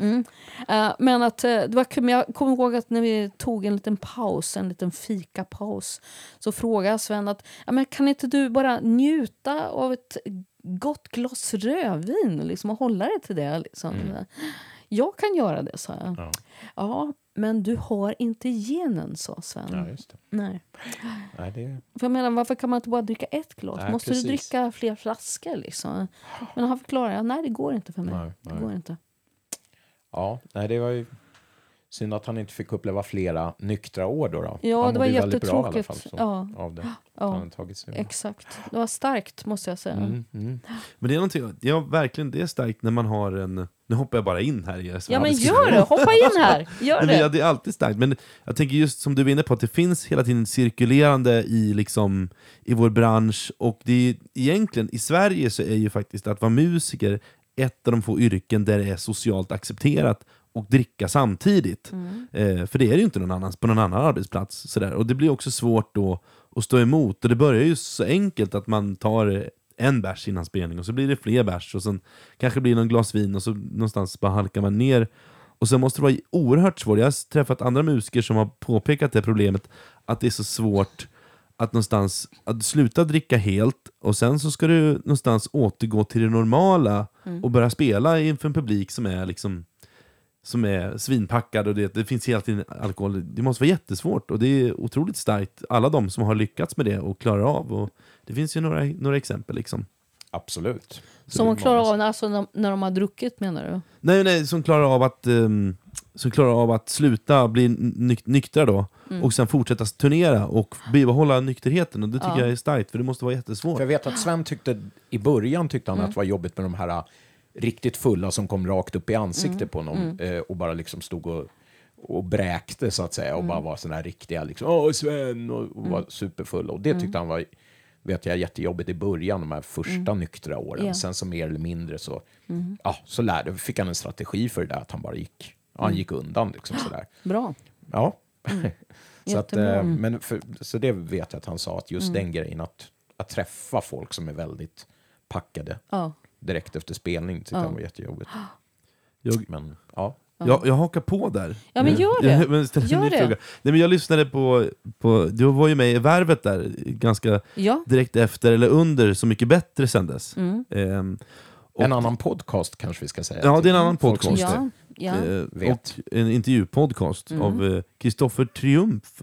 Men att det var kul. Men jag kommer ihåg att när vi tog en liten paus, en liten fikapaus, så frågade Sven att men kan inte du bara njuta av ett gott glas rödvin liksom, och hålla det till det liksom. Jag kan göra det, sa jag. Ja, men du har inte genen, sa Sven. Ja, just det. Nej, det... För jag menar, varför kan man inte bara dricka ett glas? Nej, måste du dricka fler flaskor liksom? Men han förklarar, nej det går inte för mig. Nej. Det går inte. Ja, nej, det var ju synd att han inte fick uppleva flera nyktra år då. Ja, han det var jättetråkigt. Bra, i alla fall, av det. Han tagit sig exakt. Det var starkt, måste jag säga. Men det är någonting, verkligen, det är starkt när man har en... Nu hoppar jag bara in här i Ja, men gör det. Hoppa in här. Gör det. Ja, det är alltid starkt. Men jag tänker just som du var inne på, att det finns hela tiden cirkulerande i vår bransch. Och det är egentligen, i Sverige så är ju faktiskt att vara musiker ett av de få yrken där det är socialt accepterat och dricka samtidigt. För det är det ju inte på någon annan arbetsplats. Sådär. Och det blir också svårt då att stå emot. Och det börjar ju så enkelt att man tar en bärs innan spelning och så blir det fler bärs och sen kanske blir det någon glas vin och så någonstans bara halkar man ner. Och sen måste det vara oerhört svårt. Jag har träffat andra musiker som har påpekat det problemet, att det är så svårt att någonstans att sluta dricka helt och sen så ska du någonstans återgå till det normala och börja spela inför en publik som är svinpackad och det finns hela tiden alkohol. Det måste vara jättesvårt och det är otroligt starkt. Alla de som har lyckats med det och klarar av, och det finns ju några exempel liksom. Absolut. Som man klarar av alltså, när de har druckit, menar du? Nej, som klarar av att sluta bli nyktra då och sen fortsätta turnera och bibehålla nykterheten, och det tycker jag är starkt, för det måste vara jättesvårt. För jag vet att Sven i början tyckte han att det var jobbigt med de här riktigt fulla som kom rakt upp i ansiktet på honom och bara liksom stod och bräkte så att säga och bara var såna här riktiga liksom, Sven och var superfulla, och det tyckte han var, vet jag, jättejobbigt i början, de här första nyktra åren. Sen så mer eller mindre så så fick han en strategi för det där, att han bara gick undan liksom sådär. Bra. Ja. Så att, så det vet jag att han sa, att just den grejen att träffa folk som är väldigt packade direkt efter spelning tyckte han var jättejobbigt. Jag hakar på där. Ja, men gör det. Gör det. Nej, men jag lyssnade på du var ju med i Värvet där ganska direkt efter eller under Så mycket bättre sen dess. En annan podcast kanske vi ska säga. Ja, det är en annan podcast. Vet. Och en intervjupodcast av Kristoffer Triumf.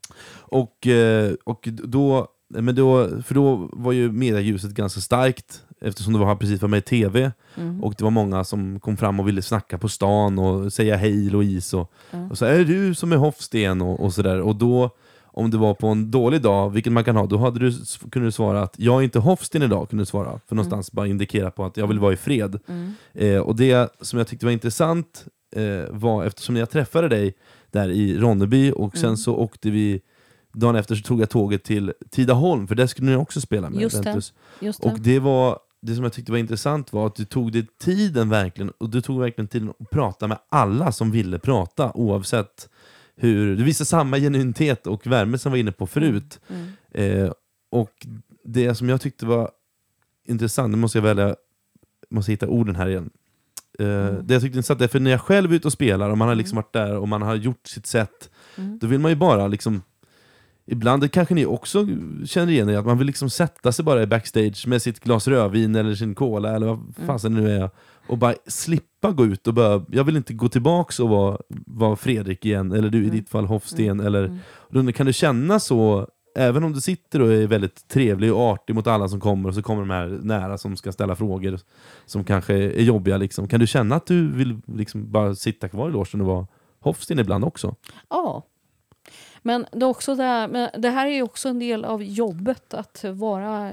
Och då var ju medialjuset ganska starkt eftersom det var precis var med i tv och det var många som kom fram och ville snacka på stan och säga hej Louise och så är det du som är Hofsten och sådär. Och då, om det var på en dålig dag, vilket man kan ha, då kunde du svara att jag är inte Hofsten idag, kunde du svara. För någonstans bara indikera på att jag vill vara i fred. Och det som jag tyckte var intressant var, eftersom jag träffade dig där i Ronneby och sen så åkte vi, dagen efter så tog jag tåget till Tidaholm, för där skulle ni också spela med Ventus. Just det. Och det som jag tyckte var intressant var att du tog dig tiden verkligen, och du tog verkligen tiden att prata med alla som ville prata, oavsett hur, du visar samma genuinitet och värme som var inne på förut. Och det som jag tyckte var intressant, nu måste jag måste hitta orden här igen. Det jag tyckte intressant är, för när jag själv är ute och spelar och man har liksom varit där och man har gjort sitt sätt, då vill man ju bara liksom, ibland kanske ni också känner igen er, att man vill liksom sätta sig bara i backstage med sitt glas rödvin eller sin cola eller vad fasen det nu är, och bara slippa gå ut och bara, jag vill inte gå tillbaks och vara Fredrik igen, eller du i ditt fall Hofsten, eller då kan du känna så, även om du sitter och är väldigt trevlig och artig mot alla som kommer, och så kommer de här nära som ska ställa frågor som kanske är jobbiga liksom. Kan du känna att du vill liksom bara sitta kvar i logen och vara Hofsten ibland också? Ja. Men det är också men det här är ju också en del av jobbet, att vara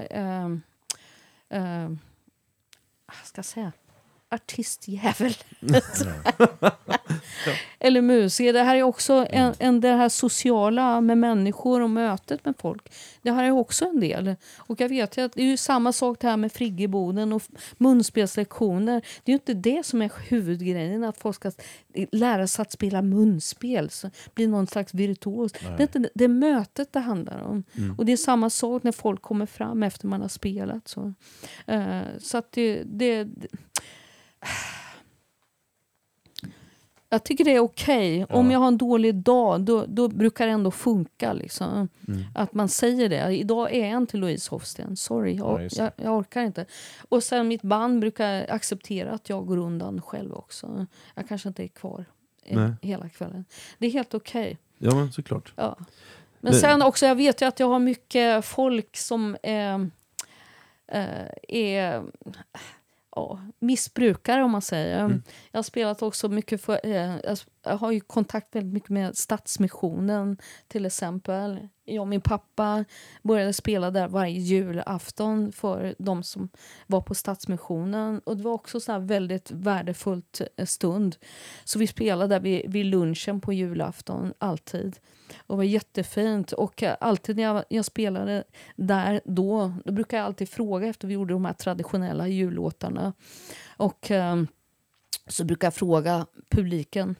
ska jag säga, artistjävel. Eller musiker. Det här är också det här sociala med människor och mötet med folk. Det här är också en del. Och jag vet ju att det är ju samma sak det här med Friggeboden och munspelslektioner. Det är ju inte det som är huvudgrejen, att folk ska lära sig att spela munspel, så blir någon slags virtuos. Det är mötet det handlar om. Och det är samma sak när folk kommer fram efter man har spelat. Så att det jag tycker det är okej. Om jag har en dålig dag, då brukar det ändå funka liksom. Att man säger det. Idag är jag inte Louise Hofsten. Sorry, jag orkar inte. Och sen mitt band brukar acceptera att jag går undan själv också. Jag kanske inte är kvar hela kvällen. Det är helt okej. Ja, men såklart. Ja. Men sen också, jag vet ju att jag har mycket folk som är missbrukare, om man säger. Jag har spelat också mycket jag har ju kontakt väldigt mycket med Stadsmissionen till exempel. Jag och min pappa började spela där varje julafton för de som var på Stadsmissionen, och det var också så här väldigt värdefullt stund. Så vi spelade där vid lunchen på julafton alltid. Och det var jättefint. Och alltid när jag spelade där då brukar jag alltid fråga efter vi gjorde de här traditionella jullåtarna. Och så brukar jag fråga publiken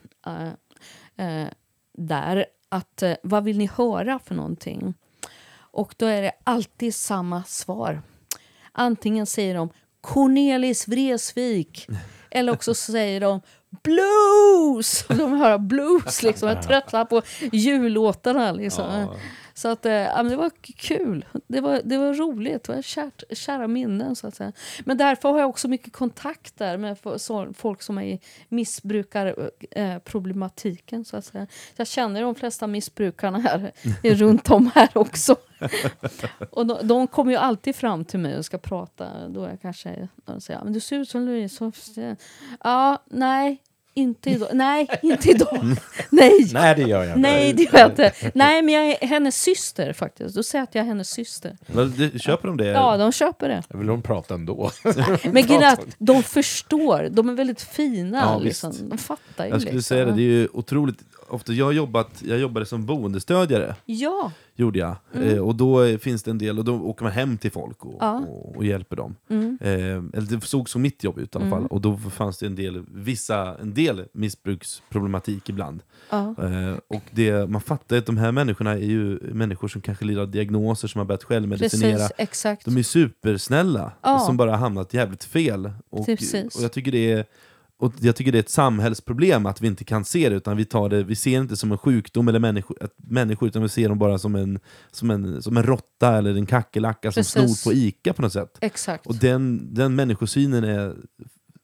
där att vad vill ni höra för någonting? Och då är det alltid samma svar. Antingen säger de Cornelis Vreeswijk, eller också säger de blues. De hör blues liksom. Jag tröttnar på jullåtarna liksom. Så att det var kul. Det var roligt. Det var kära minnen så att säga. Men därför har jag också mycket kontakt där med folk som är i missbrukarproblematiken så att säga. Jag känner de flesta missbrukarna här runt om här också. Och de kommer ju alltid fram till mig och ska prata. Då jag kanske säger, men du ser ut som Louise. Ja, nej. Inte idag. Nej, inte idag. Nej. Nej, det gör jag. Nej, det gör jag inte. Nej, men jag är hennes syster faktiskt. Då säger jag att jag är hennes syster. Köper de det? Ja, de köper det. Jag vill de prata ändå. Men de förstår. De är väldigt fina. Liksom. De fattar ju. Jag skulle säga det är ju otroligt. Ofta jag jobbade som boendestödjare. Ja. Gjorde jag. Och då finns det en del, och då åker man hem till folk och hjälper dem. Eller det såg så mitt jobb ut i alla fall. Och då fanns det en del missbruksproblematik ibland. Och man fattar att de här människorna är ju människor som kanske lider av diagnoser, som har börjat självmedicinera. Precis, exakt. De är supersnälla som bara har hamnat jävligt fel. Och jag tycker det är ett samhällsproblem att vi inte kan se det, utan vi ser inte som en sjukdom eller människor, utan vi ser dem bara som en råtta eller en kackerlacka som snor på Ica på något sätt. Exakt. Och den människosynen är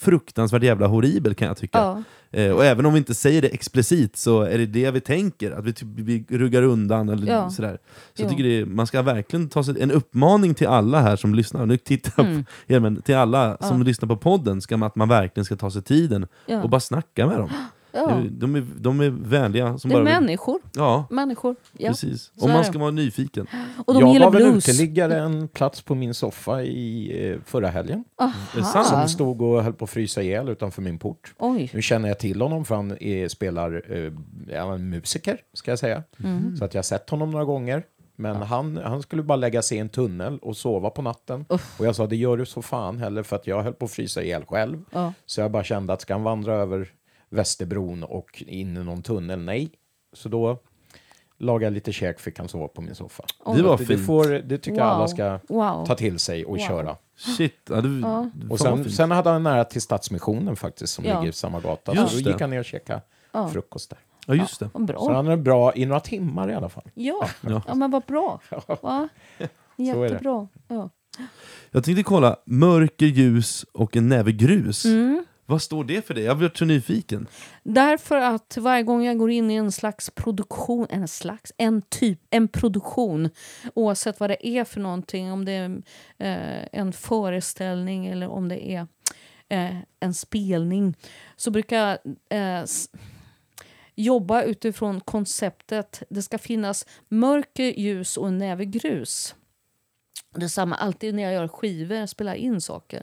fruktansvärt jävla horribel, kan jag tycka. Och även om vi inte säger det explicit, så är det vi tänker, att vi ruggar undan eller sådär. Så jag tycker man ska verkligen ta sig en uppmaning till alla här som lyssnar. Nu tittar men till alla som lyssnar på podden, att man verkligen ska ta sig tiden och bara snacka med dem. Ja. De är vänliga. Som det är bara människor. Ja, människor. Ja. precis. Om man ska vara nyfiken. Och de jag gillar var väl blues. uteliggare en plats på min soffa i förra helgen. Sant? Som stod och höll på att frysa ihjäl utanför min port. Oj. Nu känner jag till honom för han spelar en musiker, ska jag säga. Så att jag har sett honom några gånger. Men han skulle bara lägga sig i en tunnel och sova på natten. Och jag sa, det gör du så fan heller, för att jag höll på att frysa ihjäl själv. Så jag bara kände att ska han vandra över Västerbron och in i någon tunnel? Nej. Så då lagade jag lite käk, fick han sova på min soffa. Det var fint. Det tycker jag alla ska ta till sig och köra. Shit. Ja, och sen hade han nära till Stadsmissionen faktiskt, som ligger i samma gata. Just så då det. gick han ner och käkade frukost där. Ja, just det. Bra. Så han är bra i några timmar i alla fall. Ja, men vad bra. Va? Jättebra. Ja. Jag tänkte kolla, mörker, ljus och en näve grus. Vad står det för det? Jag blir så nyfiken. Därför att varje gång jag går in i en slags produktion, en produktion, oavsett vad det är för någonting, om det är en föreställning eller om det är en spelning, så brukar jag jobba utifrån konceptet det ska finnas mörker, ljus och en näve grus. Det är samma alltid när jag gör skivor, spelar in saker.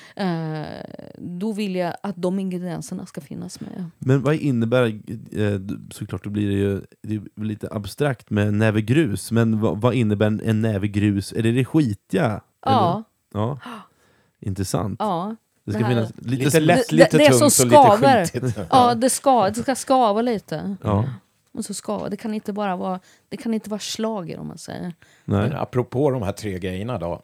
Då vill jag att de ingredienserna ska finnas med. Men vad innebär, såklart då blir det är lite abstrakt med näve grus, men vad innebär en näve grus? Är det skitiga? Ja. Ja. Intressant. Ja. Det ska finnas lite lätt, lite det är tungt som och lite skaver. skitigt. Ja, det ska skava lite. Ja. Och så skava. Det kan inte vara slager, om man säger. Nej. Men apropå de här 3 grejerna då.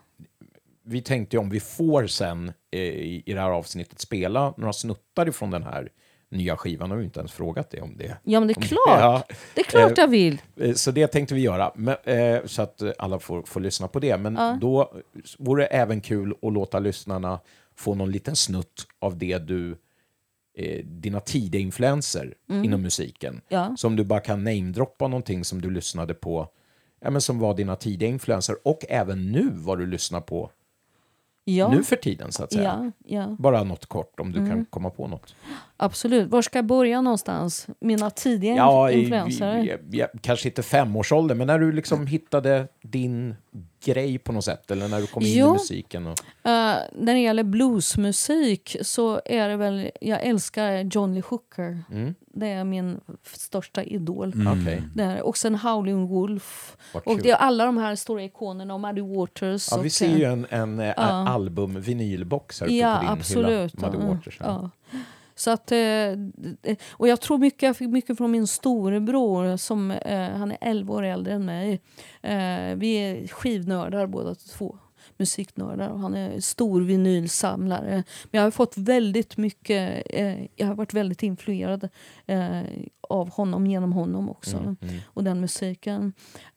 Vi tänkte om vi får sen i det här avsnittet spela några snuttar ifrån den här nya skivan. Har vi inte ens frågat det om det. Ja, men det är klart. Det är klart jag vill. Så det tänkte vi göra. Men, så att alla får lyssna på det. Men då vore det även kul att låta lyssnarna få någon liten snutt av det du dina tidiga influenser inom musiken. Ja. Så om du bara kan namedroppa någonting som du lyssnade på, men som var dina tidiga influenser, och även nu vad du lyssnar på nu för tiden, så att säga. Ja. Bara något kort om du kan komma på något. Absolut. Var ska jag börja någonstans? Mina tidiga influenser? Kanske inte 5-årsåldern, men när du liksom hittade din grej på något sätt, eller när du kom in i musiken. När det gäller bluesmusik så är det väl, jag älskar John Lee Hooker. Det är min största idol. Okay. Och sen Howlin' Wolf. Och det är alla de här stora ikonerna, och Muddy Waters. Ja, vi ser ju en album-vinylbox här uppe på din absolut. hylla. Muddy Waters. Så att, och jag tror jag fick mycket från min storebror som han är 11 år äldre än mig. Vi är skivnördar båda två, musiknördar, och han är stor vinylsamlare. Men jag har fått väldigt mycket, jag har varit väldigt influerad av honom, genom honom också, och den musiken.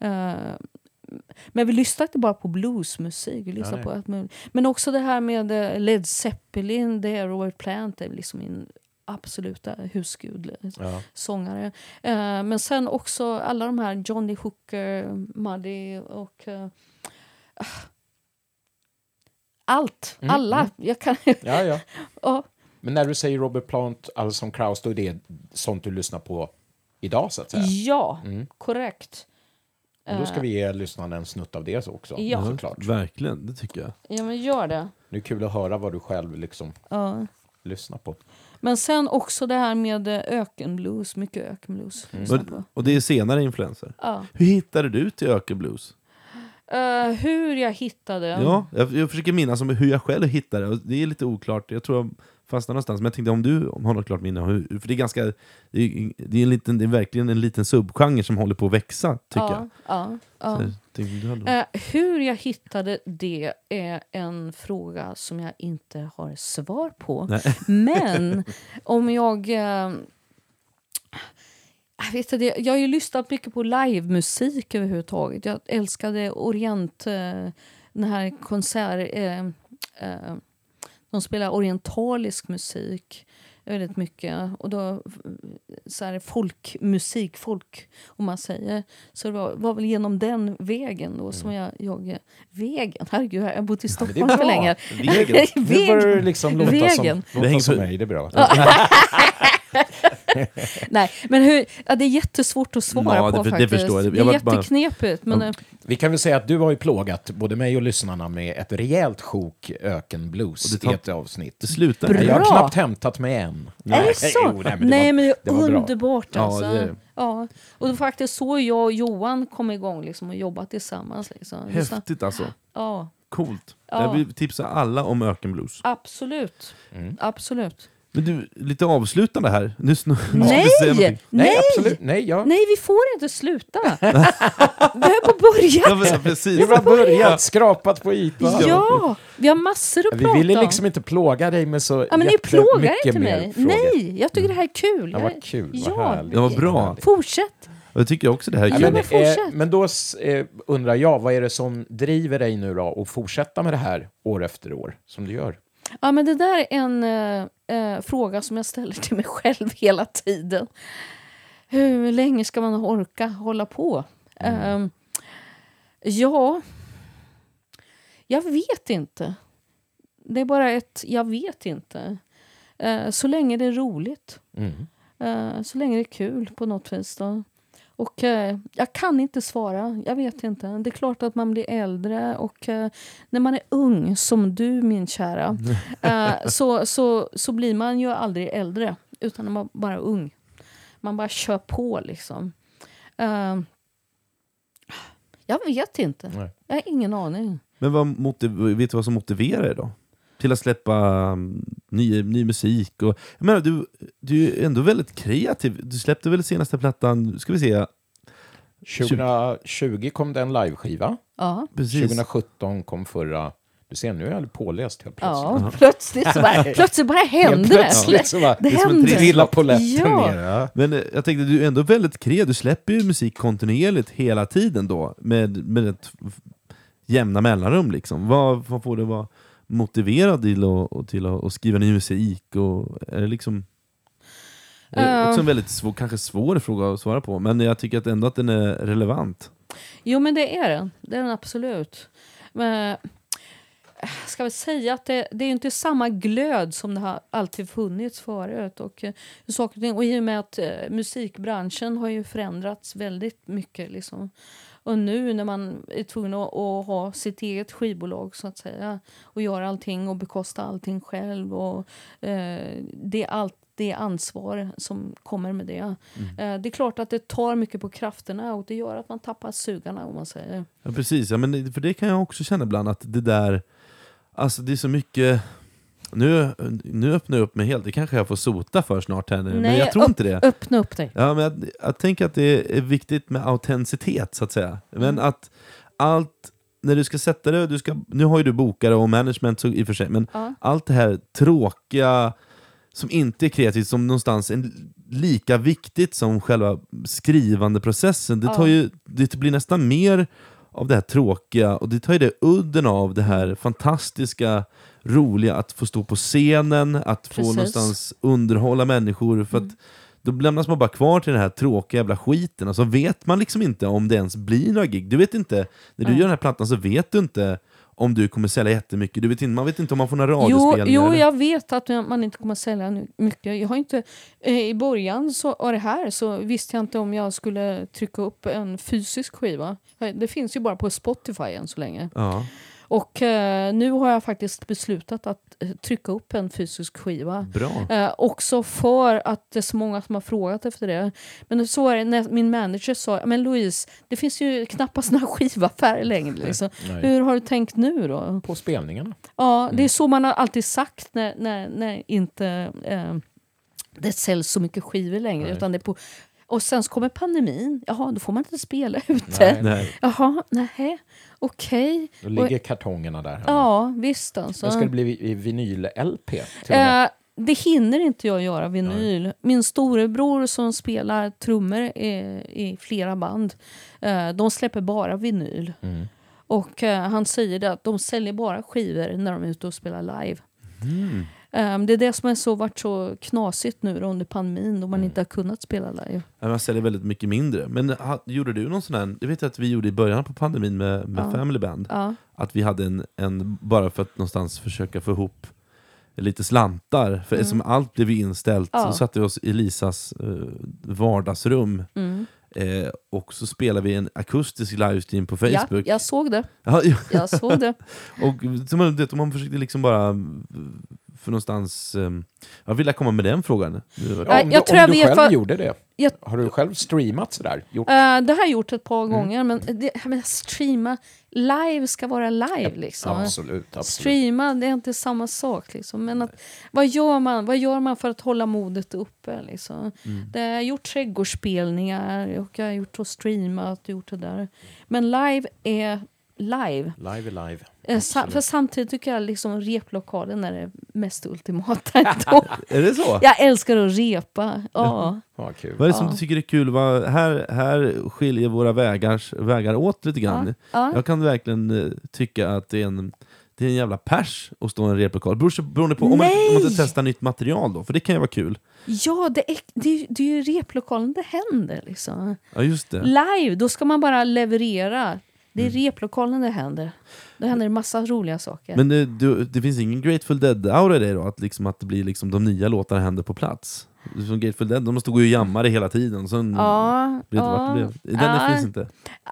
Men vi lyssnar inte bara på bluesmusik, vi lyssnar på allt möjligt. Men också det här med Led Zeppelin, det är Robert Plant, är liksom min absoluta husgud, sångare. Men sen också alla de här John Lee Hooker, Muddy och allt, alla. Jag kan ja. Men när du säger Robert Plant, Alison Krauss, då är det sånt du lyssnar på idag, så att säga? Ja, korrekt. Och då ska vi ge lyssnarna en snutt av det också. Ja, såklart. Verkligen, det tycker jag. Ja, men gör det. Det är kul att höra vad du själv liksom lyssnar på. Men sen också det här med ökenblues, mycket ökenblues. Och det är senare influenser. Ja. Hur hittade du till ökenblues? Hur jag hittade... Ja, jag försöker minnas om hur jag själv hittade. Och det är lite oklart. Jag tror jag fastnade någonstans. Men jag tänkte om du har något klart minne. För det är ganska... Det är verkligen en liten subgenre som håller på att växa, tycker jag. Ja. Hur jag hittade det är en fråga som jag inte har svar på. Nej. Men om jag vet inte, jag har ju lyssnat mycket på livemusik överhuvudtaget. Jag älskade Orient, den här konsert... De spelar orientalisk musik väldigt mycket. Och då så här folkmusik, om man säger. Så det var väl genom den vägen då som jag vägen, herregud, jag har bott i Stockholm för länge. Vägen. Nu börjar det liksom låta som mig, det är bra. Nej, men det är jättesvårt att svara på faktiskt. Det förstår jag. Det är jätteknepigt. Men, vi kan väl säga att du har ju plågat både mig och lyssnarna med ett rejält sjok ökenblues i ett avsnitt. Det slutar. Bra. Jag har knappt hämtat mig än. Är det så? Nej, men det är underbart alltså. Ja, det... Ja. Och det var faktiskt så jag och Johan kom igång liksom, och jobba tillsammans. Liksom. Häftigt alltså. Ja. Coolt. Ja. Jag vill tipsa alla om ökenblues. Absolut. Absolut. Men du, lite avslutande här. Nej, absolut. Nej, vi får inte sluta. Vi har bara börjat. Ja, precis. Vi har börjat, skrapat på ytan. Ja, vi har massor att prata om. Vi ville liksom inte plåga dig med så men ni plågar inte mer mig. frågor. Nej, jag tycker det här är kul. Det var kul, vad härligt. Det var bra. Fortsätt. Jag tycker också det här är kul. men fortsätt. Men då undrar jag, vad är det som driver dig nu då att fortsätta med det här år efter år som du gör? Ja, men det där är en fråga som jag ställer till mig själv hela tiden. Hur länge ska man orka hålla på? Ja, jag vet inte. Det är bara jag vet inte. Så länge det är roligt. Så länge det är kul på något vis då. Och jag kan inte svara, jag vet inte. Det är klart att man blir äldre och när man är ung som du min kära så blir man ju aldrig äldre utan man är bara ung. Man bara kör på liksom. Jag vet inte. Nej. Jag har ingen aning. Men vet du vad som motiverar dig då? Till att släppa ny musik. Och, jag menar, du är ändå väldigt kreativ. Du släppte väl senaste plattan, ska vi se. 2020 kom det en liveskiva. Ja. Precis. 2017 kom förra... Du ser, nu är jag påläst helt Ja, plötsligt. plötsligt bara händer det. Plötsligt så bara, det är som en händer. trilla på lätten Ja. ner. Ja. Men jag tänkte, du är ändå väldigt kreativ. Du släpper ju musik kontinuerligt hela tiden då. Med ett jämna mellanrum liksom. Vad får det vara motiverad till att skriva ny musik? Och är det liksom... Det är också en väldigt svår fråga att svara på. Men jag tycker att ändå att den är relevant. Jo, men det är den. Det är den absolut. Men ska vi säga att det är inte samma glöd som det har alltid funnits förut. Och i och med att musikbranschen har ju förändrats väldigt mycket liksom. Och nu när man är tvungen att ha sitt eget skivbolag så att säga och göra allting och bekosta allting själv och det ansvar som kommer med det. Det är klart att det tar mycket på krafterna och det gör att man tappar sugarna om man säger. Ja, precis. Ja, men för det kan jag också känna ibland att det där, alltså det är så mycket. Nu öppnar jag upp mig helt. Det kanske jag får sota för snart här nu. Nej, men jag tror inte det. Öppna upp dig. Ja, men jag tänker att det är viktigt med autenticitet så att säga. Men att allt, när du ska sätta det, nu har ju du bokare och management så, i och för sig, men allt det här tråkiga som inte är kreativt, som någonstans är lika viktigt som själva skrivande processen. Det blir nästan mer av det här tråkiga och det tar ju det udden av det här fantastiska, roliga att få stå på scenen, att få någonstans underhålla människor, för att då lämnas man bara kvar till den här tråkiga jävla skiten och så vet man liksom inte om det ens blir några gig. Du vet inte, när du gör den här plattan så vet du inte om du kommer sälja jättemycket. Man vet inte om man får några radiospelningar. Jo, jag vet att man inte kommer sälja mycket. Jag har inte, i början av det här så visste jag inte om jag skulle trycka upp en fysisk skiva. Det finns ju bara på Spotify än så länge. Ja. Och nu har jag faktiskt beslutat att trycka upp en fysisk skiva. Bra. Också för att det är så många som har frågat efter det. Men så är det när min manager sa, men Louise, det finns ju knappast några skivaffärer längre. Liksom. Hur har du tänkt nu då? På spelningarna. Ja, det är så man har alltid sagt när inte det säljs så mycket skivor längre. Utan det är på... Och sen så kommer pandemin. Jaha, då får man inte spela ute. Nej. Jaha, nej. Okej. Då ligger kartongerna där. Ja, visst alltså. Men ska det bli vinyl-LP? Det hinner inte jag göra vinyl. Nej. Min storebror som spelar trummor i flera band, de släpper bara vinyl. Och han säger det att de säljer bara skivor när de är ute och spelar live. Det är det som har varit så knasigt nu då, under pandemin då man inte har kunnat spela live. Man säljer väldigt mycket mindre. Men gjorde du någon sån här, jag vet att vi gjorde i början på pandemin med Family Band, att vi hade en bara för att någonstans försöka få ihop lite slantar, för eftersom allt blev inställt så satte vi oss i Lisas vardagsrum och så spelade vi en akustisk livestream på Facebook. Ja, jag såg det. Jag såg det. Och man försökte liksom bara för någonstans jag ville komma med den frågan. Om du själv gjorde det. Har du själv streamat sådär? Det har jag gjort ett par gånger, men streama live ska vara live liksom. Absolut. Streama, det är inte samma sak liksom. Men vad gör man för att hålla modet uppe liksom? Jag har gjort trädgårdsspelningar och jag har gjort och streamat och gjort det där. Men live är live. Live är live. För samtidigt tycker jag liksom replokalen är det mest ultimata. Är det så? Jag älskar att repa. Ja. Kul. Vad är det som du tycker är kul? Här skiljer våra vägar åt lite grann. Jag kan verkligen tycka att det är en jävla pers att stå i en replokal. Beroende på om man inte testar nytt material då. För det kan ju vara kul. Ja, det är ju replokalen det händer liksom. Ja, just det. Live, då ska man bara leverera. Det är replokalen det händer. Det händer en massa roliga saker. Men det finns ingen Grateful Dead-aura i det då? Att det blir liksom de nya låtarna händer på plats? Som Grateful Dead, de stod ju och jammade hela tiden. Sen blev det vart det blev. Den finns inte.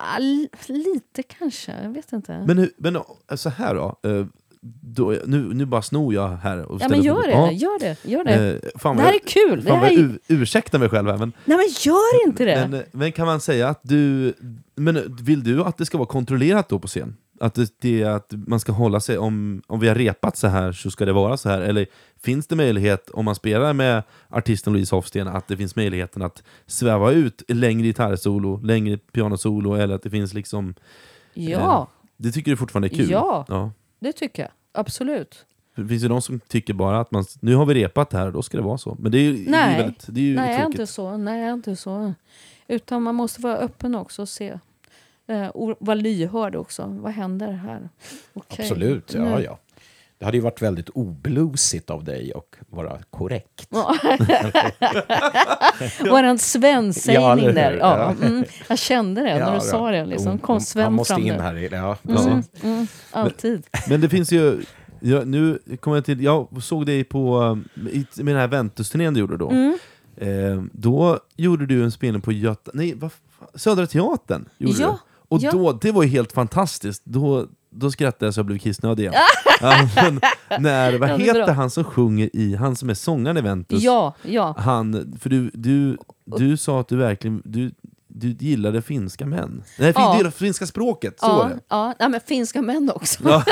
Lite kanske, jag vet inte. Men så här då, nu bara snor jag här. Och men gör det. Fan, det här är kul. Ursäkta mig själv här. Men, nej, men gör inte det. Men kan man säga att vill du att det ska vara kontrollerat då på scen? Att man ska hålla sig, om vi har repat så här så ska det vara så här? Eller finns det möjlighet, om man spelar med artisten Louise Hofsten, att det finns möjligheten att sväva ut längre gitarrsolo, längre pianosolo, eller att det finns liksom... Ja. Det tycker du fortfarande är kul? Ja. Det tycker jag. Absolut. Det finns ju de som tycker bara att nu har vi repat här och då ska det vara så. Men det är ju väldigt tråkigt. Nej, inte så. Utan man måste vara öppen också och se. Och vara lyhörd också. Vad händer här? Okay. Absolut, ja. Det hade ju varit väldigt oblusigt av dig och vara korrekt. Var en svensägning där. Ja. Jag kände det när du sa det. Liksom. Kom Sven han måste fram in där. här. Alltid. Men det finns ju... Nu kommer jag till... Jag såg dig med den här Ventus-turnén du gjorde då. Då gjorde du en spelning på Södra Teatern. Ja. Och då, det var ju helt fantastiskt. Då skrattade jag så jag blev kissnödig igen. Vad heter han som sjunger han som är sångaren i Ventus? Ja. För du sa att du verkligen... Du gillade finska män. Nej, du gillade finska språket, så var det. Ja, men finska män också. Ja.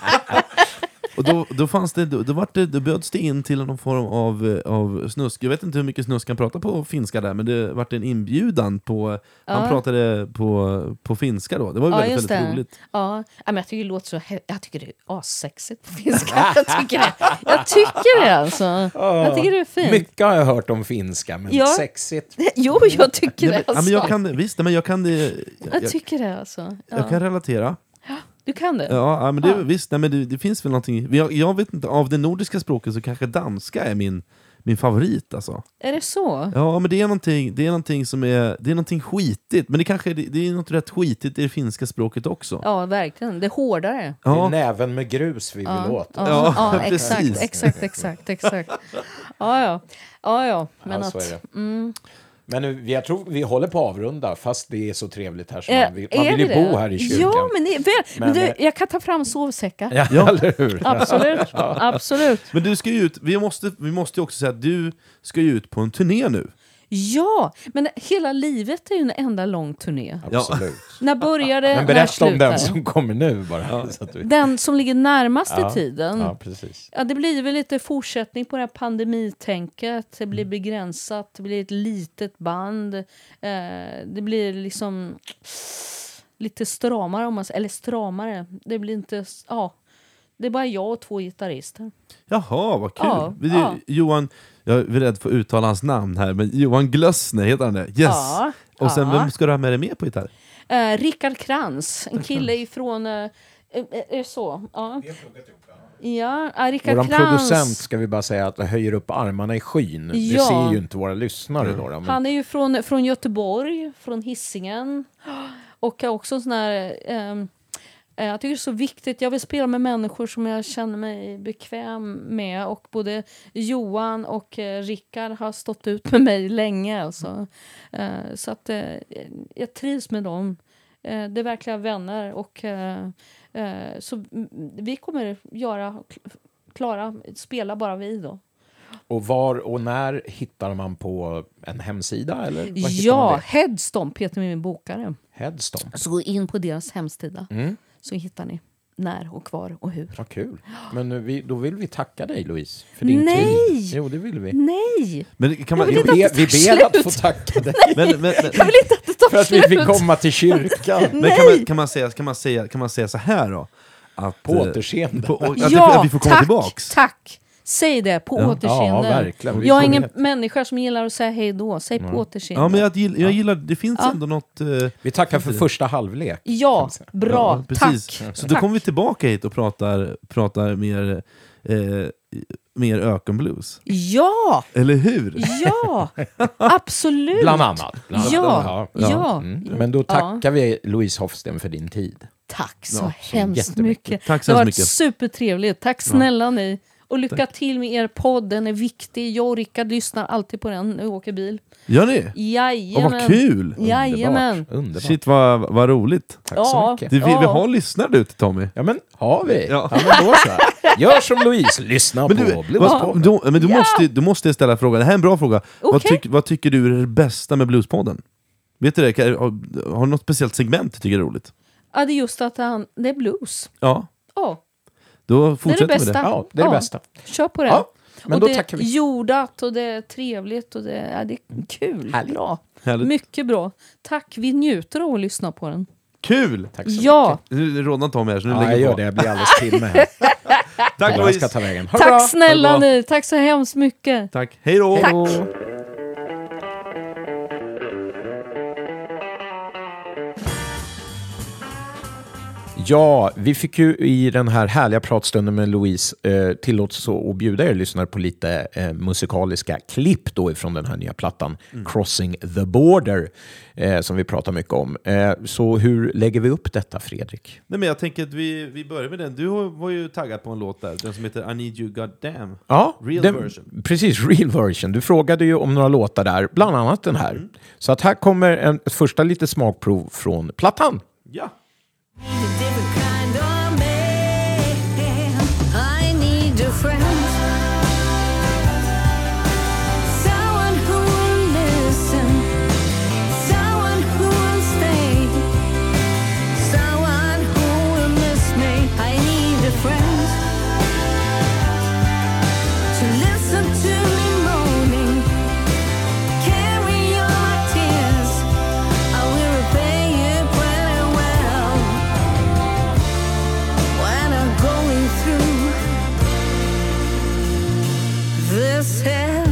Och då fanns det, då bjöds det in till någon form av snusk. Jag vet inte hur mycket snusk kan prata på finska där, men det vart en inbjudan på... Han pratade på finska då. Det var ju väldigt roligt. Ja, men jag tycker det låter så... Jag tycker det är assexigt på finska. Jag tycker det alltså. Jag tycker det är fint. Mycket har jag hört om finska, men sexigt. Jo, jag tycker det alltså. Jag tycker det alltså. Jag kan relatera. Du kan det? Ja, men det finns väl någonting... Jag vet inte, av det nordiska språket så kanske danska är min favorit alltså. Är det så? Ja, men det är någonting som är... Det är någonting skitigt, men det är något rätt skitigt i det finska språket också. Ja, verkligen. Det är hårdare. Ja. Det är näven med grus vi vill åt. Ja, precis. Exakt. Ja. Men så är det. Men jag tror vi håller på att avrunda, fast det är så trevligt här. Man vill ju bo här i kyrkan. Ja, men jag kan ta fram sovsäckar. Ja, eller hur? Absolut. Men du ska ju ut, vi måste ju också säga att du ska ju ut på en turné nu. Ja, men hela livet är ju en enda lång turné. Absolut. När började, men berätta om den som kommer nu bara. Ja. Så att den som ligger närmast i tiden. Ja, precis. Ja, det blir väl lite fortsättning på det här pandemitänket. Det blir begränsat, det blir ett litet band. Det blir liksom lite stramare, eller stramare. Det blir inte... Ja, det är bara jag och 2 gitarrister. Jaha, vad kul. Johan... Jag är rädd för att uttala hans namn här, men Johan Glössner heter han det. Yes. Ja, och sen vem ska du ha med dig med på gitarr? Rickard Krantz, en kille ifrån... är det så? Ja. Ja, Rickard Våran Krantz. producent ska vi bara säga att höjer upp armarna i skyn. Det Ja. ser ju inte våra lyssnare då. Men... Han är ju från Göteborg, från Hisingen. Och är också en sån här... jag tycker det är så viktigt. Jag vill spela med människor som jag känner mig bekväm med. Och både Johan och Rickard har stått ut med mig länge. Alltså. Så att jag trivs med dem. Det är verkligen vänner. Och, så vi kommer spela bara vi då. Och var och när hittar man på en hemsida? Eller vad Ja, Headstomp heter min bokare. Headstomp. Så gå in på deras hemsida Mm. så hittar ni när och var och hur. Vad kul. Men då vill vi tacka dig, Louise, för din Nej! tid. Jo, det vill vi. Nej! Men kan man, Jag vill inte att det Vi tar ber att slut. få tacka dig men, Jag vill inte att det tar för att vi slut. fick komma till kyrkan. men kan man säga så här då? Att, På återseende. att vi får komma tillbaks. Tack! Säg det, på återseende. Ja, verkligen. Jag är ingen människa som gillar att säga hej då. Säg på återseende. Ja, men jag gillar, det finns ändå något... Vi tackar för första halvlek. Ja, bra. precis. Tack. Så då kommer vi tillbaka hit och pratar mer ökenblues. Ja! Eller hur? Ja! Absolut! Bland annat. Ja. Men då tackar vi Louise Hofsten för din tid. Tack så hemskt jättemycket. mycket. Tack så Det har hemskt varit mycket. supertrevligt. Tack snälla ni. Och lycka till med er podd. Den är viktig. Jag och Rickard lyssnar alltid på den när vi åker bil. Gör ni? Jajamän. Vad kul! Jajamän. Underbart. Shit, vad roligt. Tack så mycket. Vi har lyssnare ute, Tommy. Ja, men har vi? Ja. Ja, men då så. Gör som Louise, lyssna Men på Bluespodden. du måste ställa frågan. Det här är en bra fråga. Okej. Vad tycker du är det bästa med Bluespodden? Vet du det? Har du något speciellt segment du tycker är roligt? Ja, det är just att det är blues. Ja, Ja, då det är fortsätter det vi med bästa. det. Ja, det är det bästa. Kör på det. Ja, men och då det tackar är vi. jordat och det är trevligt och det är kul. Härligt. Bra. Härligt. Mycket bra. Tack, vi njuter av att lyssna på den. Kul! Tack så Ja, Nu rådnar Tommy här, så nu Ja, jag lägger gör på. det. Jag blir alldeles till med här. Tack Jag Louise! ska ta vägen. Ha det bra. tack snälla Ha det bra. ni. Tack så hemskt mycket. Tack, hej då! Tack. Ja, vi fick ju i den här härliga pratstunden med Louise tillåtelse att bjuda er lyssnare på lite musikaliska klipp då ifrån den här nya plattan Crossing the Border som vi pratar mycket om. Så hur lägger vi upp detta, Fredrik? Nej, men jag tänker att vi börjar med den. Du var ju taggad på en låt där, den som heter I Need You Goddamn. Ja, Real version. Precis, real version. Du frågade ju om några låtar där, bland annat den här. Så att här kommer ett första lite smakprov från plattan. Ja! Different kind of man. I need a friend. Someone who will listen. Someone who will stay. Someone who will miss me. I need a friend. To listen to me moaning. Carry your tears. I will repay you pretty well. When I'm going through this hell.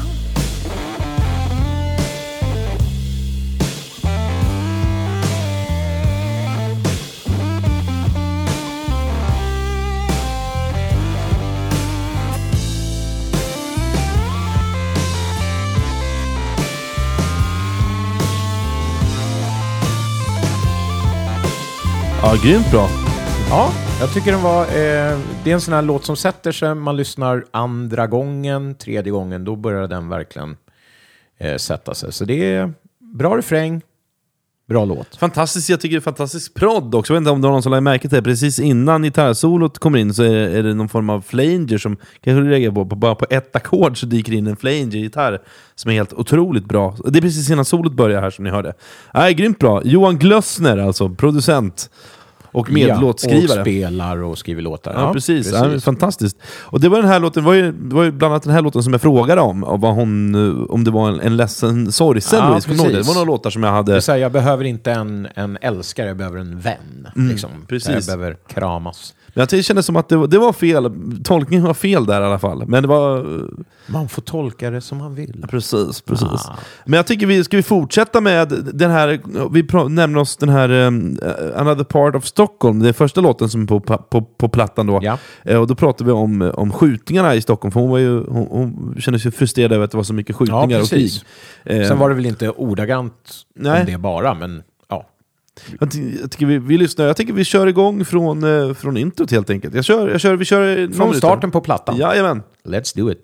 Ja, grymt bra. Ja, jag tycker den var... det är en sån här låt som sätter sig. Man lyssnar andra gången, tredje gången. Då börjar den verkligen sätta sig. Så det är bra refräng, bra låt. Fantastiskt, jag tycker det är fantastisk prodd också. Jag vet inte om det var någon som lade märke till det. Precis innan gitarrsolot kommer in så är det någon form av flanger som kanske du reagerar på. Bara på ett ackord så dyker in en flanger-gitarr som är helt otroligt bra. Det är precis innan solot börjar här som ni hörde. Nej, grymt bra. Johan Glössner alltså, producent och medlåtskrivare. Och spelar och skriver låtar. Ja, precis. Ja, fantastiskt. Och det var den här låten, det var ju bland annat den här låten som jag frågade om, och vad om det var en ledsen sorgsen, Ja, Louise. precis. Det var några låtar som jag hade... Jag behöver inte en älskare, jag behöver en vän. Liksom. precis. Jag behöver kramas. Men jag kände som att det var fel. Tolkningen var fel där i alla fall. Men det var... Man får tolka det som man vill. Precis. Men jag tycker ska vi fortsätta med den här... Vi nämner oss den här Another Part of Stockholm. Det är första låten som är på plattan då. Ja. Och då pratar vi om skjutningarna i Stockholm. För hon kände sig frustrerad över att det var så mycket skjutningar och krig. Sen var det väl inte ordagrant om det bara, men ja. Jag tycker vi lyssnar. Jag tycker vi kör igång från introt helt enkelt. Vi kör från starten på plattan. Jajamän. Let's do it.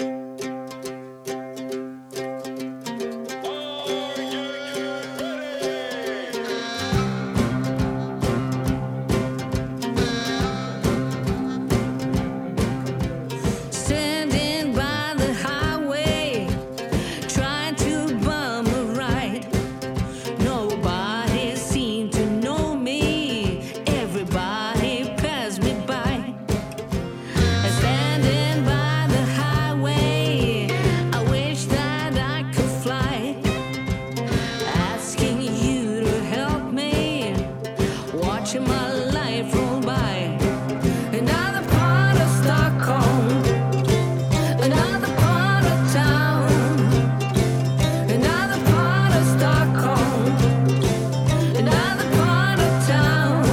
Standing by the highway, trying to bum a ride. Nobody seemed to know me. Everybody passed me by. Standing by the highway, I wish that I could fly. Asking you to help me, watching my life roll by. Another part of Stockholm, another part of town, another part of Stockholm, another part of town.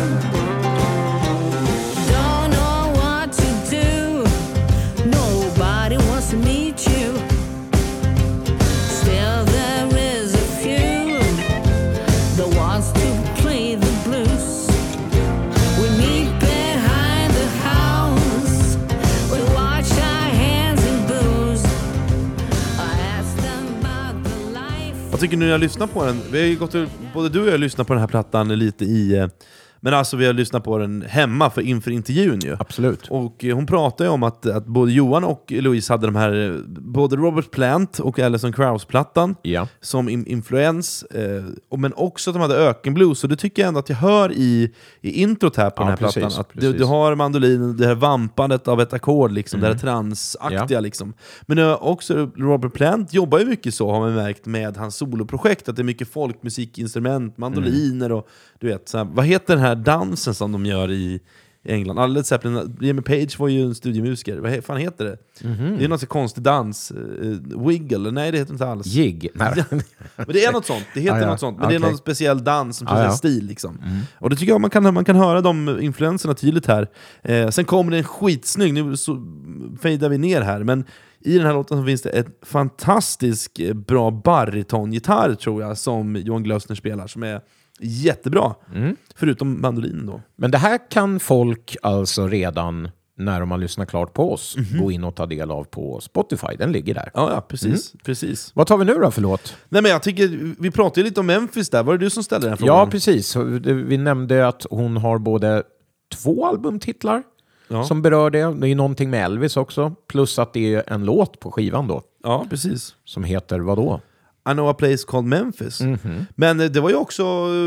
Don't know what to do, nobody wants to meet you. Still there is a few that wants to play the blues. We meet behind the house, we wash our hands in booze. I ask them about the life. Jag tycker nu när jag lyssnar på den, vi har ju både du och jag har lyssnat på den här plattan lite i, men alltså vi har lyssnat på den hemma inför intervjun ju. Absolut. Och hon pratar ju om att både Johan och Louise hade de här, både Robert Plant och Alison Krauss-plattan som influens, men också att de hade ökenblues. Och det tycker jag ändå att jag hör i introt här på den här plattan. Att du har mandolinen, det här vampandet av ett ackord liksom, det här transaktiga liksom. Men också Robert Plant jobbar ju mycket så, har man märkt, med hans soloprojekt, att det är mycket folkmusikinstrument, mandoliner och du vet, så här, vad heter den här dansen som de gör i England? Led Zeppelin, Jimmy Page var ju en studiemusiker. Vad fan heter det? Det är någon så konstig dans. Wiggle? Nej, det heter inte alls. Jig? Nej. Men det är något sånt. Det heter något sånt. Men det är någon speciell dans som speciell stil liksom. Och det tycker jag man kan höra de influenserna tydligt här. Sen kommer det en skitsnygg, nu så fejdar vi ner här, men i den här låten så finns det ett fantastiskt bra baritongitarr, tror jag, som Johan Glössner spelar, som är jättebra. Förutom mandolinen då. Men det här kan folk alltså redan, när de har lyssnat klart på oss, gå in och ta del av på Spotify. Den ligger där. Ja, precis. Vad tar vi nu då för låt? Nej, men jag tycker, vi pratade ju lite om Memphis där. Var det du som ställde den frågan? Ja, precis. Vi nämnde att hon har både 2 albumtitlar som berör det. Det är någonting med Elvis också. Plus att det är en låt på skivan då. Ja, precis. Som heter vad då? I know a place called Memphis. Men det var ju också...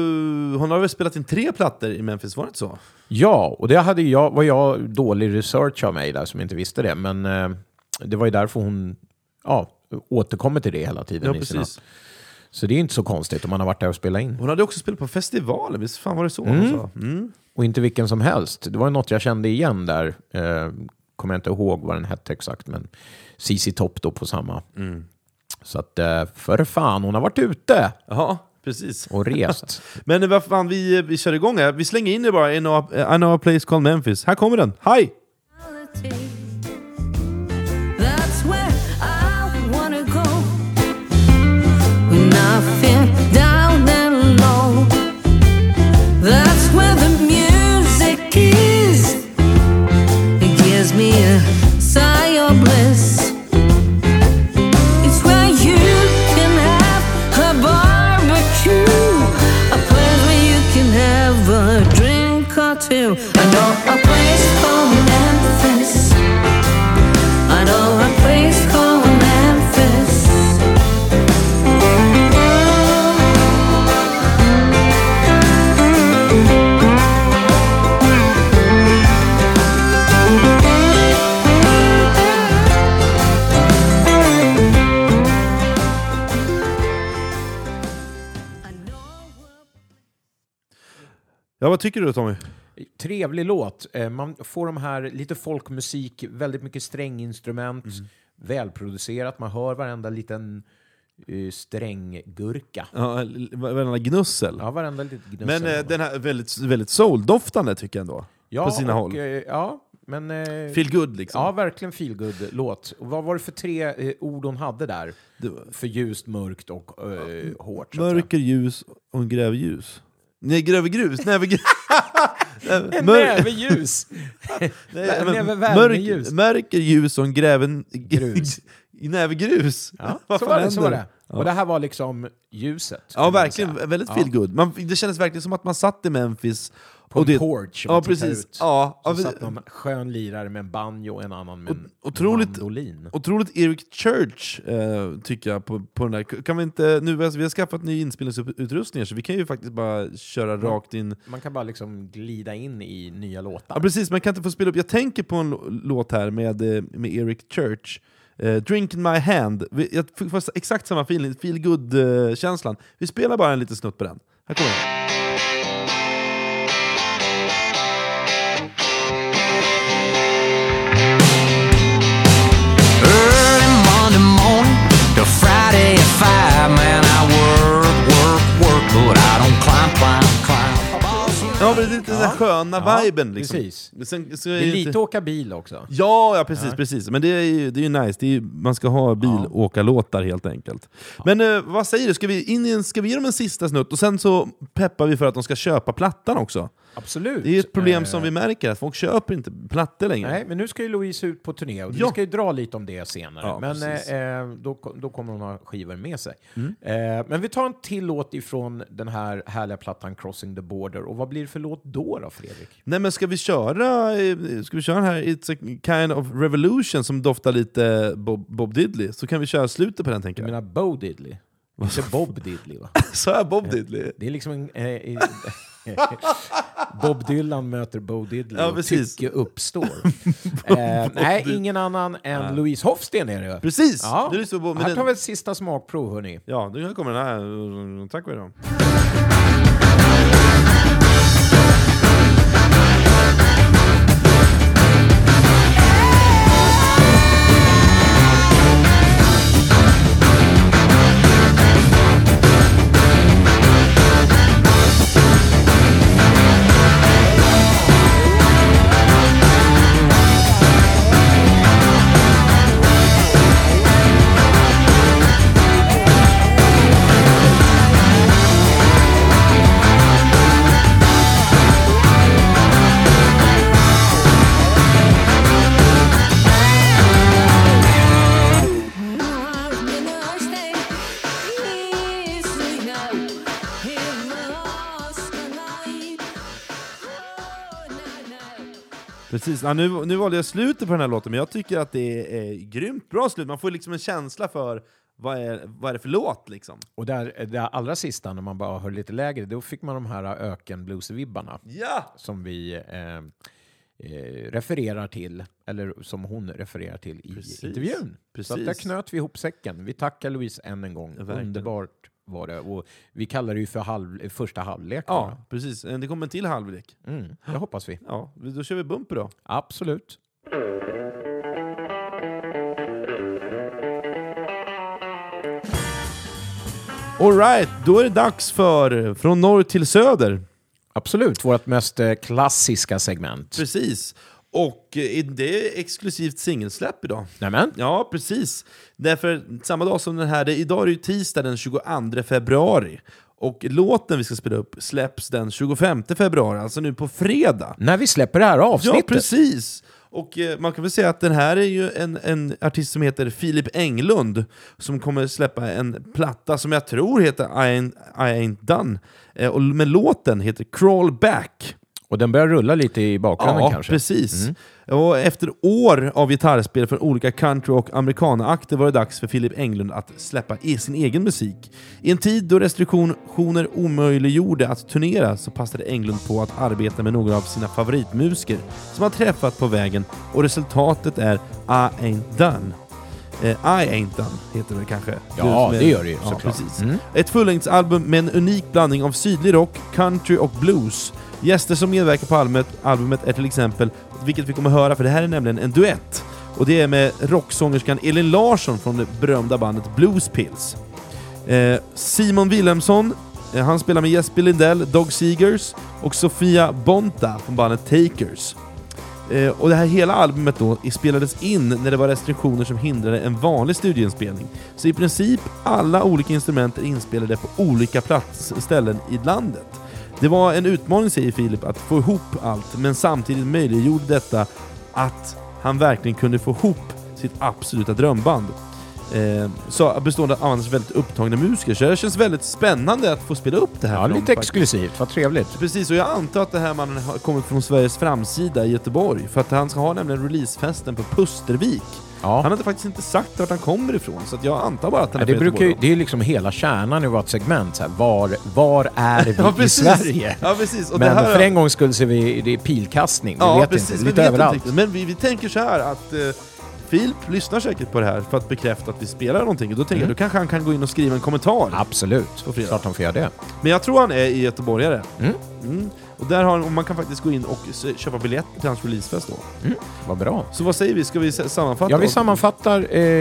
Hon har väl spelat in 3 plattor i Memphis, var det inte så? Ja, och det var jag dålig research av mig där som inte visste det. Men det var ju därför hon återkommer till det hela tiden. Ja, precis. Så det är inte så konstigt om man har varit där och spelat in. Hon hade också spelat på festivaler, visst fan var det så hon sa? Och inte vilken som helst. Det var något jag kände igen där. Kommer jag inte ihåg vad den hette exakt, men CC Top då på samma. Så att för fan, hon har varit ute. Ja, precis. Och rest. Men vad fan, vi kör igång här. Vi slänger in det bara. I know a place called Memphis. Här kommer den. Hi! That's where I wanna go. When I feel down and low. That's where the music is. It gives me a sigh of bliss. It's where you can have a barbecue, a place where you can have a drink or two. I know a place called Memphis. Ja, vad tycker du Tommy? Trevlig låt. Man får de här lite folkmusik, väldigt mycket stränginstrument, välproducerat. Man hör varenda liten stränggurka. Ja, varenda gnussel. Ja, varenda liten gnussel. Men den här väldigt, väldigt soul-doftande tycker jag ändå. ja, på sina håll. Ja, men... Feel good liksom. Ja, verkligen feel good låt. Och vad var det för 3 ord hon hade där? För ljust, mörkt och hårt. Mörker, ljus och en gräver ljus. Nej, gräver grus. Nej, En näve ljus. Mörker, ljus och en gräven grus. I näve grus. Ja, så var det. Ja. Och det här var liksom ljuset. Ja, verkligen. Väldigt feel good. Det kändes verkligen som att man satt i Memphis. På en porch. Ja, precis. Ja, så satt någon skön lirare med en banjo och en annan med en mandolin. Otroligt Eric Church tycker jag på den där. Kan vi inte, nu vi har skaffat ny inspelningsutrustning så vi kan ju faktiskt bara köra rakt in. Man kan bara liksom glida in i nya låtar. Ja, precis. Man kan inte få spela upp. Jag tänker på en låt här med Eric Church. Drink in my hand. Jag fick exakt samma feel good känslan. Vi spelar bara en liten snutt på den. Här kommer den. To Friday at 5, man, I work, but I don't climb. Ja, men det är lite den sköna viben liksom. Precis. Det är lite åka bil också. Ja, precis. Men det är ju nice. Man ska ha bilåkarlåtar helt enkelt. Men vad säger du? Ska vi ge dem en sista snutt och sen så peppar vi för att de ska köpa plattan också? Absolut. Det är ett problem som vi märker, att folk köper inte plattor längre. Nej, men nu ska ju Louise ut på turné och vi ska ju dra lite om det senare. Ja, men då kommer hon ha skivor med sig. Men vi tar en till låt ifrån den här härliga plattan Crossing the Border. Och vad blir det för låt då Fredrik? Nej, men ska vi köra den här It's a kind of revolution som doftar lite Bob Diddley, så kan vi köra slutet på den, tänker jag. Jag menar Bo Diddley. Inte Bob Diddley, va? Så är Bob Diddley. Det är liksom Bob Dylan möter Bo Diddley och tycke uppstår. Nej, ingen annan än Louise Hofsten är det. Precis. Ja. Här tar vi ett sista smakprov, hörni. Ja, nu kommer den här. Tack för det. Precis. Ja, nu valde jag slutet på den här låten, men jag tycker att det är grymt bra slut. Man får liksom en känsla för vad är det för låt liksom. Och det allra sista, när man bara hör lite lägre, då fick man de här ökenblues-vibbarna. Ja! Som vi refererar till, eller som hon refererar till i intervjun. Precis. Så att där knöt vi ihop säcken. Vi tackar Louise än en gång. Ja, underbart var det. Och vi kallar det ju för första halvlek. Ja, precis. Det kommer en till halvlek. Det hoppas vi. Ja, då kör vi bumper då. Absolut. All right, då är det dags för Från norr till söder. Absolut, vårt mest klassiska segment. Precis. Och det är exklusivt singelsläpp idag. Nämen? Ja, precis. Därför samma dag som den här, idag är det ju tisdag den 22 februari. Och låten vi ska spela upp släpps den 25 februari, alltså nu på fredag. När vi släpper det här avsnittet. Ja, precis. Och man kan väl säga att den här är ju en artist som heter Filip Englund, som kommer släppa en platta som jag tror heter I Ain't Done. Men låten heter Crawl Back. Och den börjar rulla lite i bakgrunden kanske. Ja, precis. Och efter år av gitarrspel för olika country- och amerikanaakter var det dags för Filip Englund att släppa sin egen musik. I en tid då restriktioner omöjliggjorde att turnera så passade Englund på att arbeta med några av sina favoritmusiker som han träffat på vägen, och resultatet är I Ain't Done. I Ain't Done heter det kanske. Ja, det gör det ju såklart. Precis. Ett fullängdsalbum med en unik blandning av sydlig rock, country och blues. Gäster som medverkar på albumet är till exempel, vilket vi kommer höra, för det här är nämligen en duett, och det är med rocksångerskan Elin Larsson från det berömda bandet Blues Pills. Simon Wilhelmsson, han spelar med Jesper Lindell, Dog Seegers, och Sofia Bonta från bandet Takers. Och det här hela albumet då spelades in när det var restriktioner som hindrade en vanlig studieinspelning. Så i princip alla olika instrument är inspelade på olika ställen i landet. Det var en utmaning, säger Filip, att få ihop allt, men samtidigt möjliggjorde detta att han verkligen kunde få ihop sitt absoluta drömband. Så bestående av annars väldigt upptagna musiker. Så det känns väldigt spännande att få spela upp det här. Ja, lite exklusivt, vad trevligt. Precis, och jag antar att det här mannen har kommit från Sveriges framsida i Göteborg, för att han ska ha nämligen releasefesten på Pustervik. Ja. Han hade faktiskt inte sagt vart han kommer ifrån, så att jag antar bara att han är det från brukar ju, Göteborg. det är liksom hela kärnan i vårt segment. Så här, var är vi Ja, i Sverige? Ja, precis. Och Men det här, för en gång skulle se vi det är pilkastning. Vi ja, vet precis, inte, vi lite vet överallt. inte riktigt. Men vi tänker så här att Filip lyssnar säkert på det här för att bekräfta att vi spelar någonting. Och då tänker jag, då kanske han kan gå in och skriva en kommentar. Absolut, På fredag. klart han får göra det. Men jag tror han är i Göteborgare. Mm. Och där har man kan faktiskt gå in och köpa biljetter till hans releasefest då. Vad bra. Så vad säger vi? Ska vi sammanfatta? Ja, vi sammanfattar.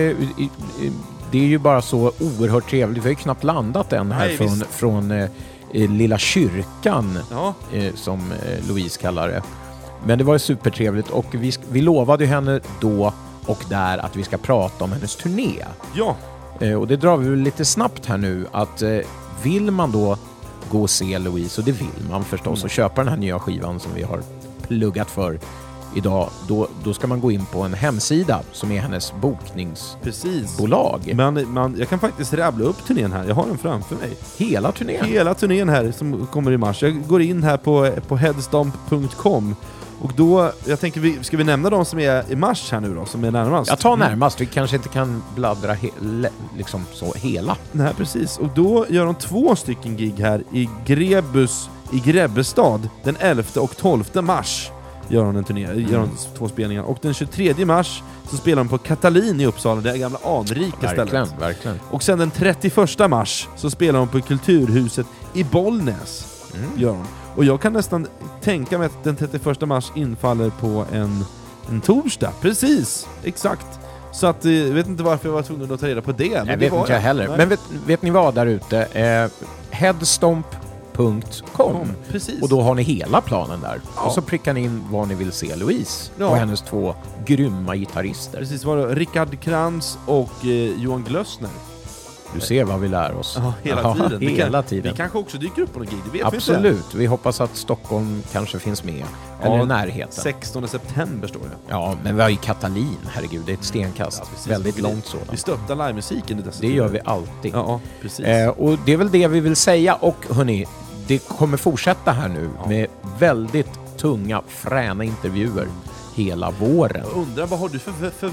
Det är ju bara så oerhört trevligt. Vi har ju knappt landat än här Nej, från lilla kyrkan, Ja. som Louise kallar det. Men det var ju supertrevligt, och vi lovade henne då och där att vi ska prata om hennes turné. Ja. Och det drar vi lite snabbt här nu, att vill man då gå och se Louise, och det vill man förstås, och köpa den här nya skivan som vi har pluggat för idag, då ska man gå in på en hemsida som är hennes bokningsbolag. Men jag kan faktiskt rabbla upp turnén här. Jag har den framför mig. Hela turnén. Hela turnén här som kommer i mars. Jag går in här på headstomp.com. Och då, jag tänker, ska vi nämna de som är i mars här nu då, som är närmast? Jag tar närmast, vi kanske inte kan bladdra liksom så hela. Nej, precis. Och då gör de 2 stycken gig här i Grebus i Grebbestad den 11 och 12 mars. Gör de en turné, gör de 2 spelningar. Och den 23 mars så spelar de på Katalin i Uppsala, det gamla anrika stället. Verkligen. Och sen den 31 mars så spelar de på Kulturhuset i Bollnäs. Gör de. Och jag kan nästan tänka mig att den 31 mars infaller på en torsdag. Precis, exakt. Så att, jag vet inte varför jag var tvungen att ta reda på det. Jag vet inte jag heller. Nej. Men vet ni vad där ute? Headstomp.com. Precis. Och då har ni hela planen där. Ja. Och så prickar ni in var ni vill se Louise Ja. och hennes 2 grymma gitarrister. Precis, var det Rickard Krantz och Johan Glössner. Du ser vad vi lär oss. Ja, hela tiden. Hela tiden. Vi kanske också dyker upp på någon gig, det vet vi inte. Absolut. Vi hoppas att Stockholm kanske finns med. Eller i närheten. 16 september står det. Ja, men vi har ju Katalin. Herregud, det är ett stenkast. Ja, precis. Väldigt Vi långt sådant. Vi stöttar livemusiken i dessa Det gör vi alltid. Ja, precis. Och det är väl det vi vill säga. Och hörni, det kommer fortsätta här nu med väldigt tunga, fräna intervjuer hela våren. Jag undrar, vad har du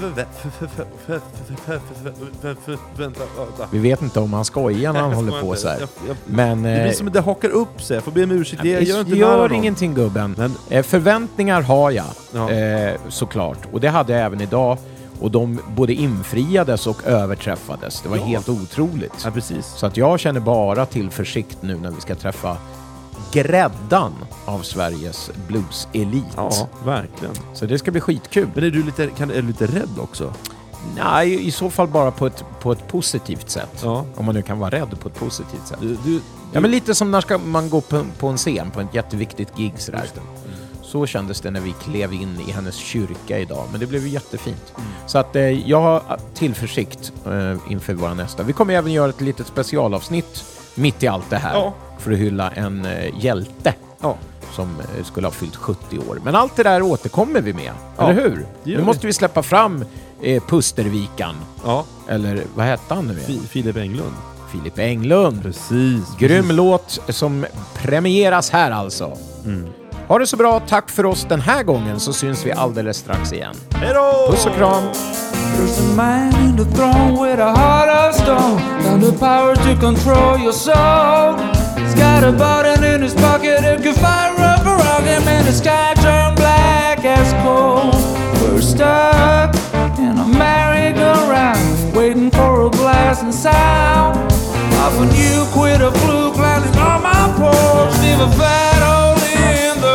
vänta. Vi vet inte om han skojar när han håller på så här. Men det blir som att det hakar upp sig. Jag får be om ursäkt. Jag gör inte gör ingenting, gubben. Men- Förväntningar har jag, Ja. såklart. Och det hade jag även idag. Och de både infriades och överträffades. Det var helt otroligt. Ja, precis. Så att jag känner bara tillförsikt nu när vi ska träffa gräddan av Sveriges blues-elit. Ja, verkligen. Så det ska bli skitkul. Men är du lite rädd också? Nej, i så fall bara på ett positivt sätt. Ja. Om man nu kan vara rädd på ett positivt sätt. Du, Ja, men lite som när ska man gå på en scen, på ett jätteviktigt gig sådär. Så kändes det när vi klev in i hennes kyrka idag. Men det blev ju jättefint. Så att jag har tillförsikt inför våra nästa. Vi kommer även göra ett litet specialavsnitt mitt i allt det här. Ja. För att hylla en hjälte. Ja. Som skulle ha fyllt 70 år. Men allt det där återkommer vi med. Ja, eller hur? det gör Nu vi. måste vi släppa fram Pustervikan. Ja. Eller vad hette han nu igen? Filip Englund. Filip Englund. Precis. Grym låt som premieras här alltså. Ha det så bra, tack för oss den här gången, så syns vi alldeles strax igen. Hejdå! Puss och kram! There's a man in the throne with a heart of stone, and the power to control your soul. He's got a button in his pocket that can fire up around him, and the sky turned black as coal. We're stuck in a merry-go-round, waiting for a blasting sound. Often you quit a fluke landing on my porch, leave a fat hole in the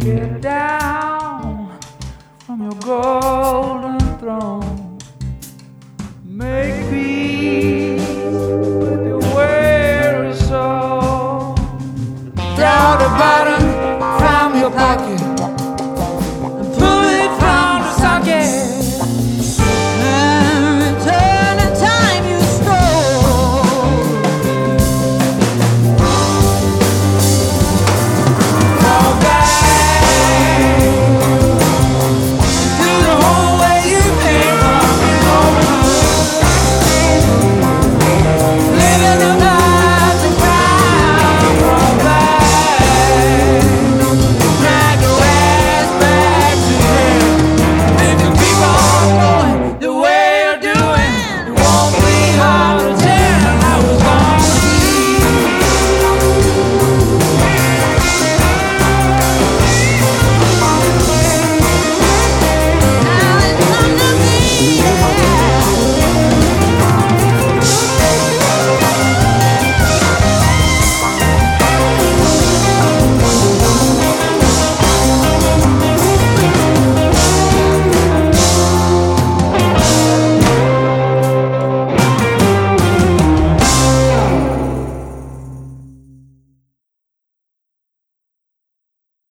Get down.